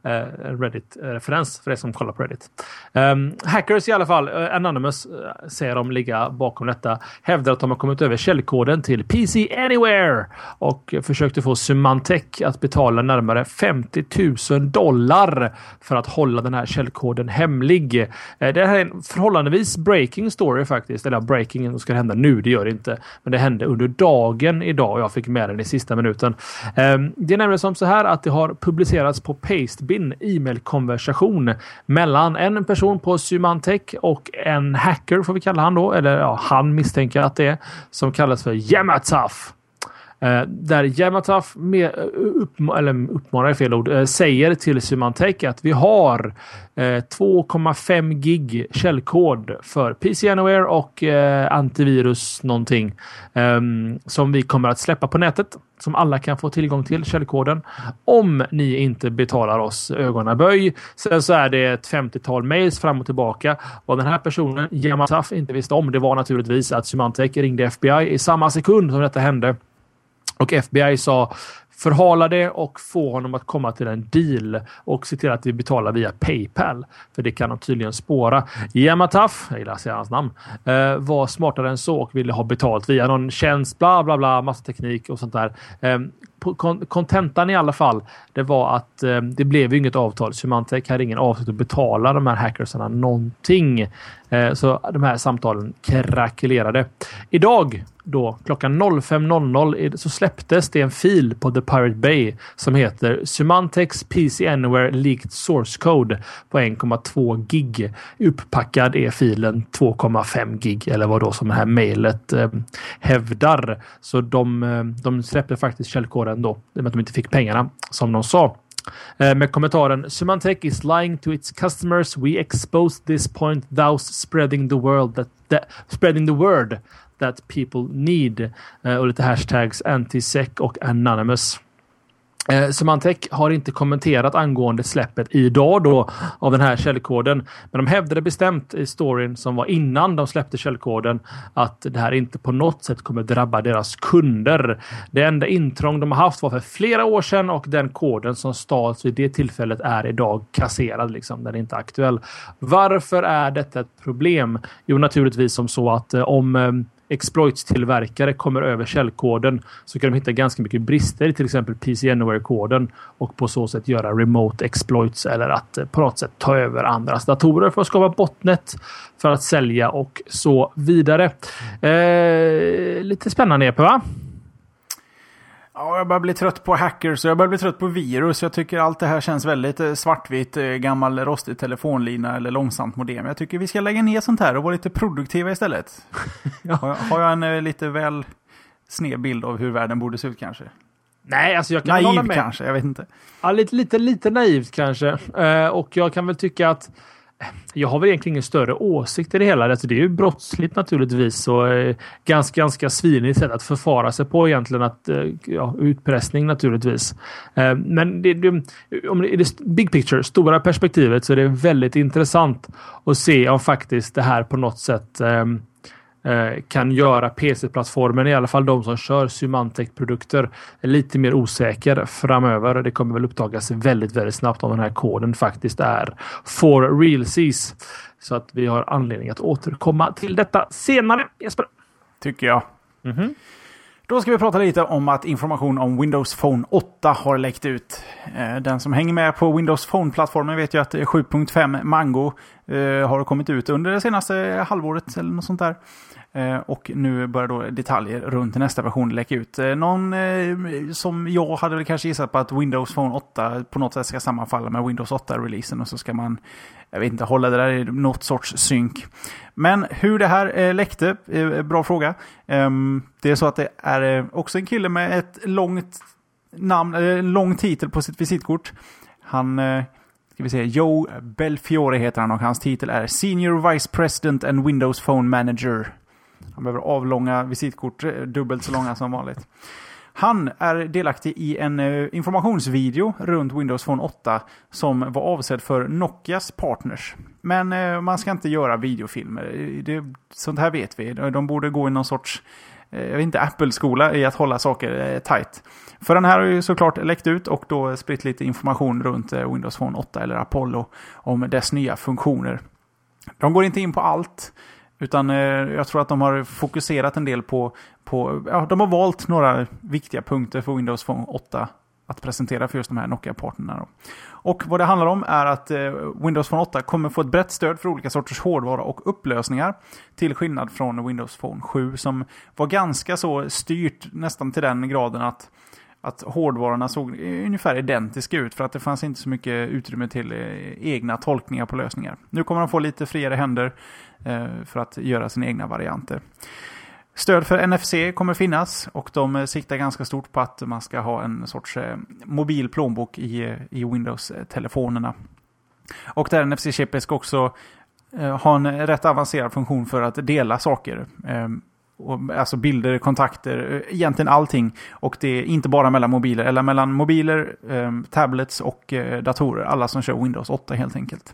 Uh, Reddit-referens för er som kollar på Reddit. Um, hackers i alla fall, uh, Anonymous uh, säger de ligga bakom detta. Hävdar att de har kommit över källkoden till P C Anywhere och uh, försökte få Symantec att betala närmare femtio tusen dollar för att hålla den här källkoden hemlig. Uh, det här är en förhållandevis breaking story faktiskt. Eller breaking, det ska hända nu, det gör det inte. Men det hände under dagen idag och jag fick med den i sista minuten. Um, det är nämligen som så här att det har publicerats på Pastebin e-mailkonversation mellan en person på Symantec och en hacker, får vi kalla han då, eller ja, han misstänker att det är, som kallas för Yamataf. Uh, där Yamataf med, upp, eller uppmanar fel ord, uh, säger till Symantec att vi har uh, två komma fem gig källkod för P C Anywhere och uh, antivirus någonting um, som vi kommer att släppa på nätet, som alla kan få tillgång till, källkoden, om ni inte betalar oss ögonaböj. Sen så är det ett femtiotal mails fram och tillbaka. Vad den här personen, Yamataf, inte visste om, det var naturligtvis att Symantec ringde F B I i samma sekund som detta hände Och F B I sa förhala det och få honom att komma till en deal och se till att vi betalar via PayPal. För det kan de tydligen spåra. Yamataf, jag gillar att säga hans namn, eh, var smartare än så och ville ha betalt via någon tjänst, bla bla bla, massa teknik och sånt där. Eh, kontentan i alla fall, det var att eh, det blev ju inget avtal. Symantec hade ingen avsikt att betala de här hackersarna någonting. Eh, så de här samtalen krackelerade. Idag då, klockan fem noll noll så släpptes det en fil på The Pirate Bay som heter Symantec's P C Anywhere Leaked Source Code på en komma två gig. Upppackad är filen två komma fem gig eller vad då som det här mejlet eh, hävdar. Så de, eh, de släppte faktiskt källkoden då, med att de inte fick pengarna som de sa. Eh, med kommentaren Symantec is lying to its customers. We expose this point thus spreading the world that, that spreading the word that people need. Eh, och lite hashtags anti-sec och anonymous. Eh, Symantec har inte kommenterat angående släppet idag då av den här källkoden. Men de hävdade bestämt i storyn som var innan de släppte källkoden att det här inte på något sätt kommer drabba deras kunder. Det enda intrång de har haft var för flera år sedan och den koden som stals vid det tillfället är idag kasserad. Liksom. Den är inte aktuell. Varför är detta ett problem? Jo, naturligtvis som så att eh, om... Eh, exploits-tillverkare kommer över källkoden så kan de hitta ganska mycket brister i till exempel P C Anywhere-koden och på så sätt göra remote exploits eller att på något sätt ta över andras datorer för att skapa botnet för att sälja och så vidare. Eh, lite spännande, Epe, va? Ja, jag börjar bli trött på hackers och jag börjar bli trött på virus. Jag tycker allt det här känns väldigt svartvitt, gammal rostig telefonlina eller långsamt modem. Jag tycker vi ska lägga ner sånt här och vara lite produktiva istället. Ja. Har, jag, har jag en lite väl sned bild av hur världen borde se ut kanske? Nej, alltså jag kan naiv hålla med. Kanske, jag vet inte. Ja, lite, lite, lite naivt kanske. Uh, och jag kan väl tycka att jag har väl egentligen ingen större åsikt i det hela. Alltså det är ju brottsligt naturligtvis och eh, ganska, ganska svinigt sätt att förfara sig på egentligen. Att, eh, ja, utpressning naturligtvis. Eh, men det, det, om det är det big picture, stora perspektivet, så är det väldigt intressant att se om faktiskt det här på något sätt eh, kan göra P C-plattformen, i alla fall de som kör Symantec-produkter, lite mer osäker framöver. Det kommer väl upptagas väldigt, väldigt snabbt om den här koden faktiskt är for realsies. Så att vi har anledning att återkomma till detta senare. Jesper? Tycker jag. Mm-hmm. Då ska vi prata lite om att information om Windows Phone åtta har läckt ut. Den som hänger med på Windows Phone-plattformen vet ju att sju punkt fem Mango har kommit ut under det senaste halvåret eller något sånt där. Och nu börjar då detaljer runt nästa version läcka ut. Någon som jag hade väl kanske gissat på att Windows Phone åtta på något sätt ska sammanfalla med Windows åtta-releasen och så ska man, jag vet inte, hålla det där i något sorts synk. Men hur det här läckte, bra fråga. Det är så att det är också en kille med ett långt namn, en lång titel på sitt visitkort. Han, ska vi säga, Joe Belfiore heter han och hans titel är Senior Vice President and Windows Phone Manager. Han behöver avlånga visitkort, dubbelt så långa som vanligt. Han är delaktig i en uh, informationsvideo runt Windows Phone åtta som var avsedd för Nokias partners. Men uh, man ska inte göra videofilmer. Det, sånt här vet vi. De borde gå i någon sorts, uh, jag vet inte, Apple-skola i att hålla saker uh, tight. För den här har ju såklart läckt ut och då spritt lite information runt uh, Windows Phone åtta eller Apollo om dess nya funktioner. De går inte in på allt. Utan eh, jag tror att de har fokuserat en del på, på ja, de har valt några viktiga punkter för Windows Phone åtta att presentera för just de här Nokia-partnerna. Och vad det handlar om är att eh, Windows Phone åtta kommer få ett brett stöd för olika sorters hårdvara och upplösningar. Till skillnad från Windows Phone sju som var ganska så styrt nästan till den graden att att hårdvarorna såg ungefär identiska ut för att det fanns inte så mycket utrymme till eh, egna tolkningar på lösningar. Nu kommer de få lite friare händer eh, för att göra sina egna varianter. Stöd för N F C kommer finnas och de eh, siktar ganska stort på att man ska ha en sorts eh, mobil plånbok i, i Windows-telefonerna. Och där N F C-chippet ska också eh, ha en rätt avancerad funktion för att dela saker. Eh, Och, alltså bilder, kontakter, egentligen allting. Och det är inte bara mellan mobiler, eller mellan mobiler, eh, tablets och eh, datorer. Alla som kör Windows åtta helt enkelt.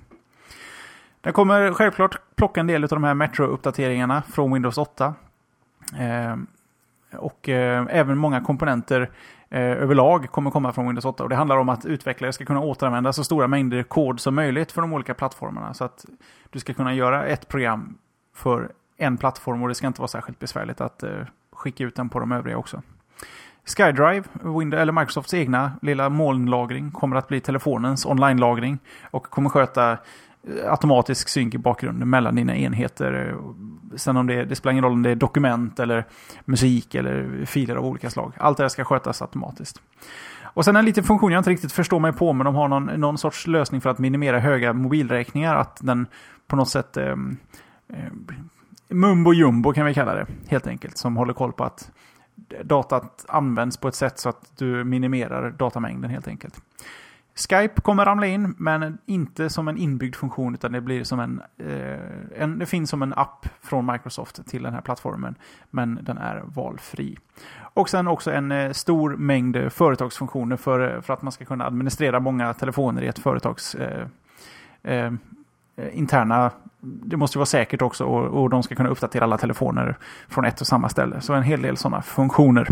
Den kommer självklart plocka en del av de här Metro-uppdateringarna från Windows åtta. Eh, och eh, även många komponenter eh, överlag kommer komma från Windows åtta. Och det handlar om att utvecklare ska kunna återanvända så stora mängder kod som möjligt för de olika plattformarna. Så att du ska kunna göra ett program för en plattform och det ska inte vara särskilt besvärligt att eh, skicka ut den på de övriga också. SkyDrive, Windows, eller Microsofts egna lilla molnlagring, kommer att bli telefonens online-lagring och kommer sköta automatisk synk i bakgrunden mellan dina enheter. Sen om det, det spelar ingen roll om det är dokument eller musik eller filer av olika slag. Allt det här ska skötas automatiskt. Och sen en liten funktion jag inte riktigt förstår mig på, men de har någon, någon sorts lösning för att minimera höga mobilräkningar. Att den på något sätt eh, eh, mumbo jumbo kan vi kalla det, helt enkelt. Som håller koll på att datat används på ett sätt så att du minimerar datamängden helt enkelt. Skype kommer ramla in, men inte som en inbyggd funktion, utan det blir som en, eh, en det finns som en app från Microsoft till den här plattformen, men den är valfri. Och sen också en eh, stor mängd företagsfunktioner för, för att man ska kunna administrera många telefoner i ett företags eh, eh, interna. Det måste vara säkert också, och, och de ska kunna uppdatera alla telefoner från ett och samma ställe. Så en hel del sådana funktioner.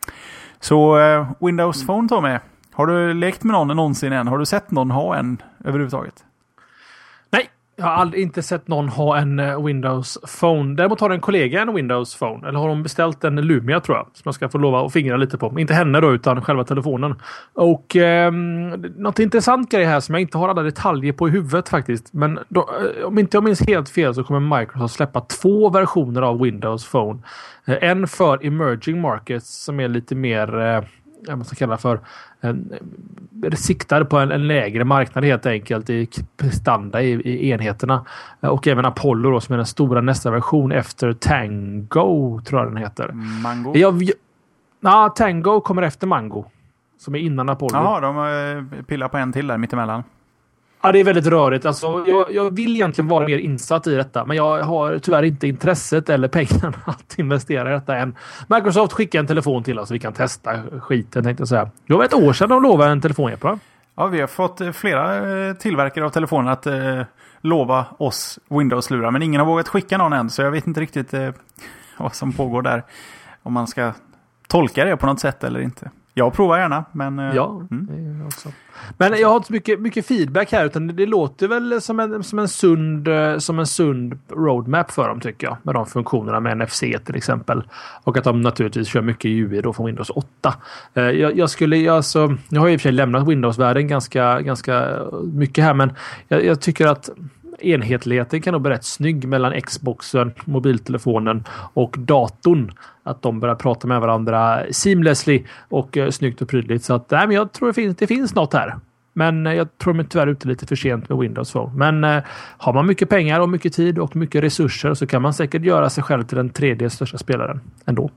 Så eh, Windows Phone, Tommy. Har du lekt med någon någonsin än? Har du sett någon ha en överhuvudtaget? Nej, jag har aldrig inte sett någon ha en uh, Windows Phone. Däremot har en kollega en Windows Phone. Eller har de beställt en Lumia, tror jag. Som jag ska få lova att fingra lite på. Inte henne då, utan själva telefonen. Och eh, något intressant grej här som jag inte har alla detaljer på i huvudet faktiskt. Men då, om inte jag minns helt fel så kommer Microsoft släppa två versioner av Windows Phone. Eh, en för emerging markets som är lite mer... Eh, jag måste kalla för en, siktad på en, en lägre marknad helt enkelt i prestanda i, i enheterna, och även Apollo då, som är den stora nästa version efter Tango, tror jag den heter. Mango? Jag, jag, na, Tango kommer efter Mango, som är innan Apollo. Ja, de uh, pillar på en till där mittemellan. Ja, det är väldigt rörigt. Alltså, jag, jag vill egentligen vara mer insatt i detta, men jag har tyvärr inte intresset eller pengarna att investera i detta än. Microsoft skickar en telefon till oss så vi kan testa skiten, tänkte jag säga. Det var ett år sedan de lovade en telefon, Jeppe. Ja, vi har fått flera tillverkare av telefoner att eh, lova oss Windows-lurar, men ingen har vågat skicka någon än, så jag vet inte riktigt eh, vad som pågår där. Om man ska tolka det på något sätt eller inte. Jag provar gärna, men... Eh, ja, mm. det är också. Men jag har inte mycket, mycket feedback här, utan det, det låter väl som en, som en sund som en sund roadmap för dem, tycker jag. Med de funktionerna med N F C till exempel. Och att de naturligtvis kör mycket U I då från Windows åtta. Eh, jag, jag skulle, jag, alltså, jag har ju i och för sig lämnat Windows-världen ganska, ganska mycket här, men jag, jag tycker att enhetligheten kan nog bli rätt snygg mellan Xboxen, mobiltelefonen och datorn. Att de börjar prata med varandra seamlessly och uh, snyggt och prydligt. Så att, nej, men jag tror det finns, det finns något här. Men uh, jag tror de är tyvärr ute lite för sent med Windows Phone. Men uh, har man mycket pengar och mycket tid och mycket resurser så kan man säkert göra sig själv till den tredje största spelaren ändå.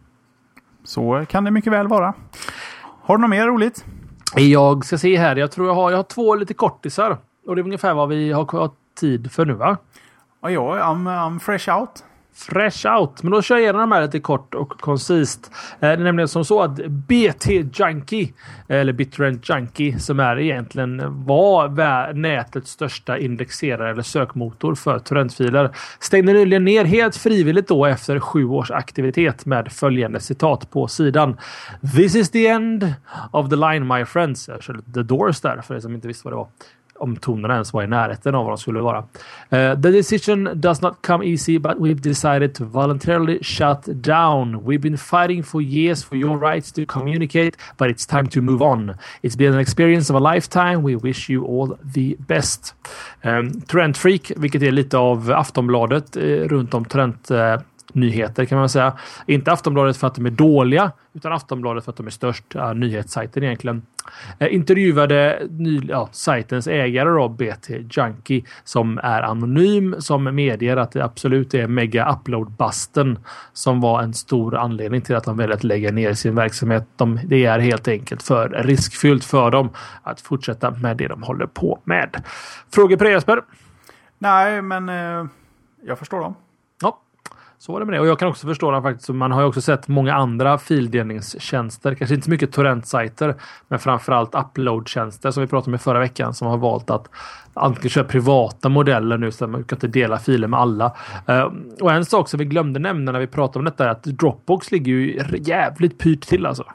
Så kan det mycket väl vara. Har du något mer roligt? Jag ska se här. Jag tror jag har, jag har två lite kortisar. Och det är ungefär vad vi har, har tid för nu, va? Ja, jag I'm, I'm fresh out. Fresh out. Men då kör jag igenom de här lite kort och koncist. Det är nämligen som så att B T Junkie, eller BitTorrent Junkie, som är egentligen var nätets största indexerare eller sökmotor för torrentfiler, stängde nyligen ner helt frivilligt då efter sju års aktivitet med följande citat på sidan: "This is the end of the line, my friends." Jag körde The Doors där för er som inte visste vad det var. Om tonerna ens var i närheten av vad de skulle vara. Uh, the decision does not come easy, but we've decided to voluntarily shut down. We've been fighting for years for your rights to communicate, but it's time to move on. It's been an experience of a lifetime. We wish you all the best. Um, Torrent Freak, vilket är lite av Aftonbladet eh, runt om torrent eh, nyheter kan man säga. Inte Aftonbladet för att de är dåliga, utan Aftonbladet för att de är störst. Ja, nyhetssajten egentligen. Eh, intervjuade ny, ja, sajtens ägare då, B T Junkie, som är anonym, som medger att det absolut är mega upload-busten som var en stor anledning till att de väljer att lägga ner sin verksamhet. De, det är helt enkelt för riskfyllt för dem att fortsätta med det de håller på med. Frågor på det, Jesper? Nej, men eh, jag förstår dem. Ja. Så var det med det. Och jag kan också förstå att faktiskt, man har ju också sett många andra fildelningstjänster, kanske inte så mycket torrentsajter, men framförallt uploadtjänster som vi pratade om i förra veckan, som har valt att antingen köra privata modeller nu så att man kan inte dela filer med alla. Uh, och en sak som vi glömde nämna när vi pratade om detta är att Dropbox ligger ju jävligt pyrt till alltså.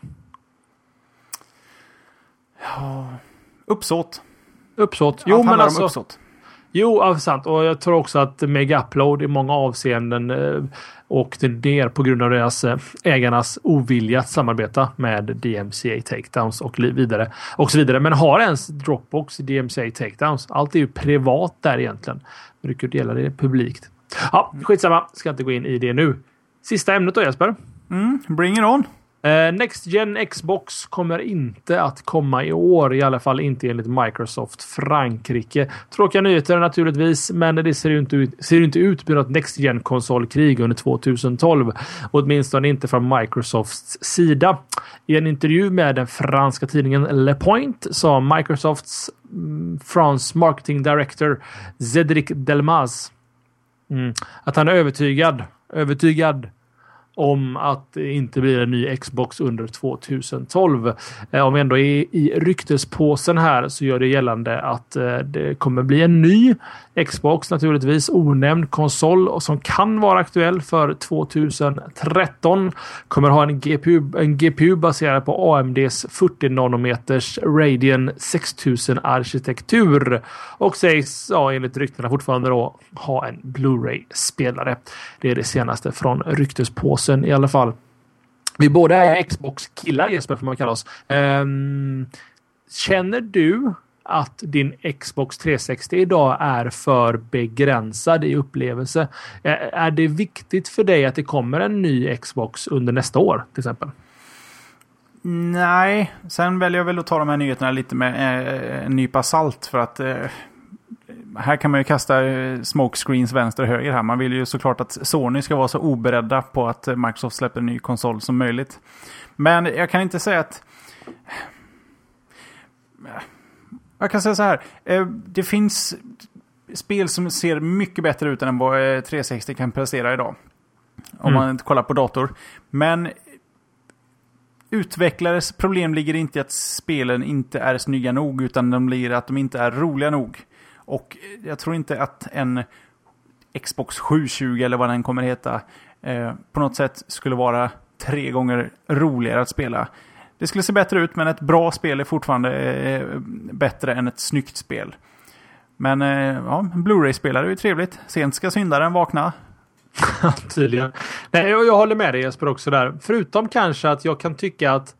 Ja, uppsåt. Uppsåt. Jo, Allt men handlar alltså... om uppsåt. Jo, ja, sant. Och jag tror också att Mega Upload i många avseenden eh, åkte ner på grund av deras eh, ägarnas ovilja att samarbeta med D M C A Takedowns och vidare. Och så vidare. Men har ens Dropbox D M C A Takedowns? Allt är ju privat där egentligen. Brukar dela det publikt. Ja, skitsamma. Ska inte gå in i det nu. Sista ämnet då, Jesper. Mm, bring it on. Uh, Next Gen Xbox kommer inte att komma i år, i alla fall inte enligt Microsoft Frankrike. Tråkiga nyheter naturligtvis, men det ser ju inte ut, ser inte ut med något Next Gen konsolkrig under tjugohundratolv, åtminstone inte från Microsofts sida. I en intervju med den franska tidningen Le Point sa Microsofts mm, France Marketing Director Cédric Delmas mm, att han är övertygad övertygad om att det inte blir en ny Xbox under tjugotolv. Eh, om vi ändå är i ryktespåsen här så gör det gällande att eh, det kommer bli en ny Xbox, naturligtvis onämnd konsol, och som kan vara aktuell för tjugotretton. Kommer ha en G P U, en G P U baserad på A M D:s fyrtio nanometers Radeon sextusen arkitektur och sägs, ja, enligt ryktena fortfarande då, ha en Blu-ray-spelare. Det är det senaste från ryktespåsen i alla fall. Vi båda är Xbox-killar, Jesper, får man kalla oss. Um, känner du att din Xbox trehundrasextio idag är för begränsad i upplevelse? Är, är det viktigt för dig att det kommer en ny Xbox under nästa år, till exempel? Nej, sen väljer jag väl att ta de här nyheterna lite med eh, en nypa salt, för att eh, här kan man ju kasta eh, smokescreens vänster och höger här. Man vill ju såklart att Sony ska vara så oberedda på att Microsoft släpper en ny konsol som möjligt. Men jag kan inte säga att... Jag kan säga så här. Eh, det finns spel som ser mycket bättre ut än vad eh, trehundrasextio kan prestera idag. Om mm. man inte kollar på dator. Men utvecklares problem ligger inte i att spelen inte är snygga nog, utan de blir att de inte är roliga nog. Och jag tror inte att en Xbox sjuhundratjugo eller vad den kommer heta eh, på något sätt skulle vara tre gånger roligare att spela. Det skulle se bättre ut, men ett bra spel är fortfarande eh, bättre än ett snyggt spel. Men eh, ja, en Blu-ray-spelare är ju trevligt. Sent ska syndaren vakna. Tydligen. Nej, jag, jag håller med dig, Jesper, också där. Förutom kanske att jag kan tycka att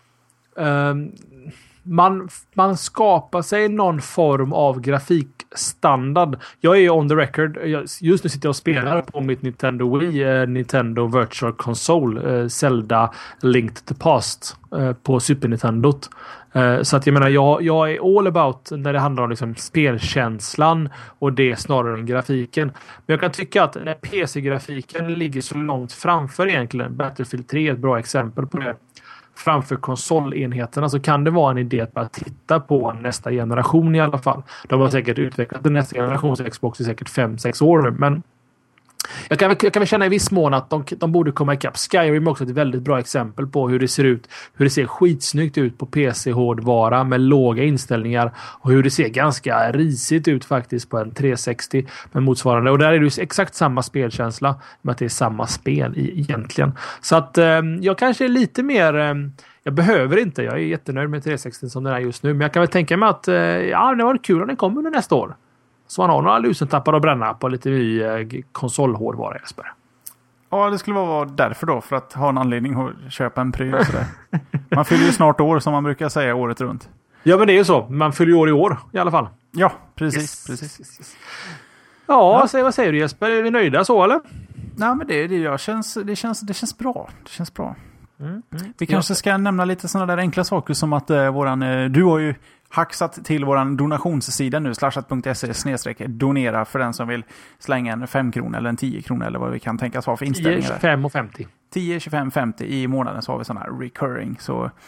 um, man, man skapar sig någon form av grafikstandard. Jag är ju on the record. Jag, just nu sitter jag och spelar på mitt Nintendo Wii, eh, Nintendo Virtual Console, eh, Zelda Linked to the Past eh, på Super Nintendo. Eh, så att jag menar, jag, jag är all about när det handlar om liksom spelkänslan och det snarare än grafiken. Men jag kan tycka att när P C-grafiken ligger så långt framför egentligen, Battlefield tre är ett bra exempel på det, framför konsolenheterna, så kan det vara en idé att bara titta på nästa generation i alla fall. De har säkert utvecklat den nästa generations Xbox i säkert fem sex år nu, men jag kan, jag kan väl känna i viss mån att de, de borde komma ikapp. Skyrim är också ett väldigt bra exempel på hur det ser ut, hur det ser skitsnyggt ut på P C-hårdvara med låga inställningar, och hur det ser ganska risigt ut faktiskt på en trehundrasextio med motsvarande. Och där är det ju exakt samma spelkänsla, med att det är samma spel i, egentligen. Så att eh, jag kanske är lite mer... Eh, jag behöver inte, jag är jättenöjd med trehundrasextio som den är just nu, men jag kan väl tänka mig att eh, ja, det var kul om den kommer under nästa år. Så man har några lusentappar att bränna på lite ny eh, konsolhårdvara, Jesper. Ja, det skulle vara därför då, för att ha en anledning att köpa en pryl. Sådär. Man fyller ju snart år, som man brukar säga, året runt. Ja, men det är ju så. Man fyller ju år i år i alla fall. Ja, precis. Yes. precis. Yes, yes. Ja, ja. Så, vad säger du, Jesper? Är vi nöjda så, eller? Nej, men det, det, jag känns, det, känns, det känns bra. Det känns bra. Mm, mm. Vi kanske ska nämna lite sådana där enkla saker som att eh, våran, eh, du har ju hacksat till våran donationssida nu, slashat punkt se snedstreck donera, för den som vill slänga en fem kronor eller en tio kronor eller vad vi kan tänkas ha för inställningar. tio, tjugofem och femtio. tio, tjugofem, femtio i månaden, så har vi sådana här recurring. Så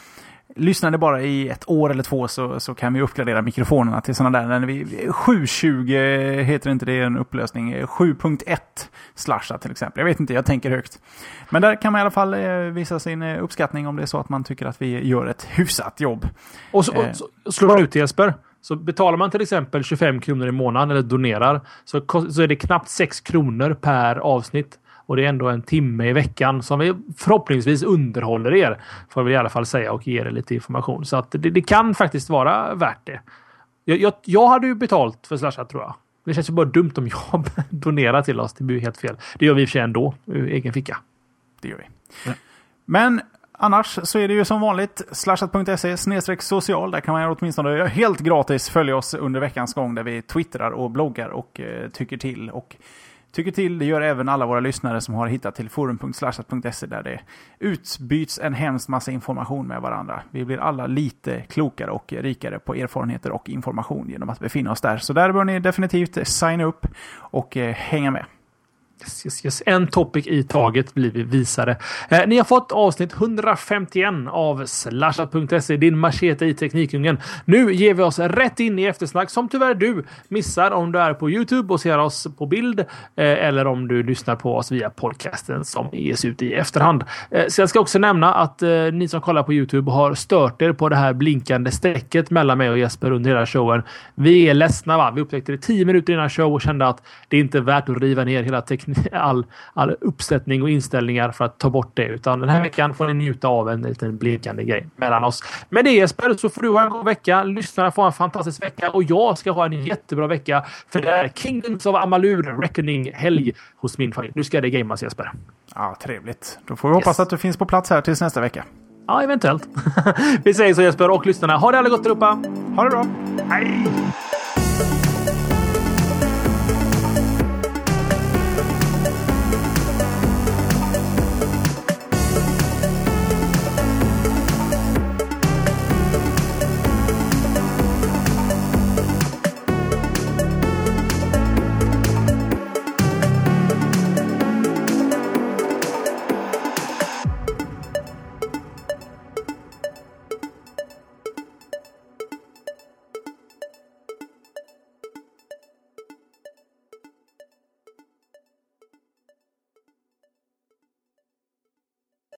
lyssnar det bara i ett år eller två så, så kan vi uppgradera mikrofonerna till sådana där. När vi, sju tjugo heter inte det en upplösning. sju punkt ett slasha till exempel. Jag vet inte, jag tänker högt. Men där kan man i alla fall eh, visa sin eh, uppskattning om det är så att man tycker att vi gör ett hyfsat jobb. Och så, eh. och så slår man ut det, Jesper. Så betalar man till exempel tjugofem kronor i månaden eller donerar så, så är det knappt sex kronor per avsnitt. Och det är ändå en timme i veckan som vi förhoppningsvis underhåller er. Får vi i alla fall säga och ge er lite information. Så att det, det kan faktiskt vara värt det. Jag, jag, jag hade ju betalt för Slashat tror jag. Det känns ju bara dumt om jag donerar till oss. Det blir helt fel. Det gör vi i och för sig ändå. Ur egen ficka. Det gör vi. Mm. Men annars så är det ju som vanligt slashat punkt se snedstreck social. Där kan man åtminstone helt gratis följa oss under veckans gång där vi twittrar och bloggar och eh, tycker till. Och tycker till, det gör även alla våra lyssnare som har hittat till forum punkt slashat punkt se där det utbyts en hemskt massa information med varandra. Vi blir alla lite klokare och rikare på erfarenheter och information genom att befinna oss där. Så där bör ni definitivt signa upp och eh, hänga med. Yes, yes, yes. En topic i taget blir vi visare. Eh, ni har fått avsnitt hundrafemtioen av slashat punkt se, din machete i teknikungen. Nu ger vi oss rätt in i eftersnack som tyvärr du missar om du är på YouTube och ser oss på bild eh, eller om du lyssnar på oss via podcasten som ges ut i efterhand. Eh, så jag ska också nämna att eh, ni som kollar på YouTube har stört er på det här blinkande strecket mellan mig och Jesper under hela showen. Vi är ledsna, va? Vi upptäckte det tio minuter innan show och kände att det inte är värt att riva ner hela tekniken All, all uppsättning och inställningar för att ta bort det. Utan den här veckan får ni njuta av en liten blinkande grej mellan oss. Men det Jesper, så får du ha en god vecka. Lyssnarna får en fantastisk vecka. Och jag ska ha en jättebra vecka. För det är Kingdoms of Amalur Reckoning helg hos min familj. Nu ska det gamas, Jesper. Ja, trevligt. Då får vi hoppas yes. att du finns på plats här tills nästa vecka. Ja, eventuellt. Vi säger så, Jesper, och lyssnarna. Ha det alla gott där uppe. Ha det bra. Hej!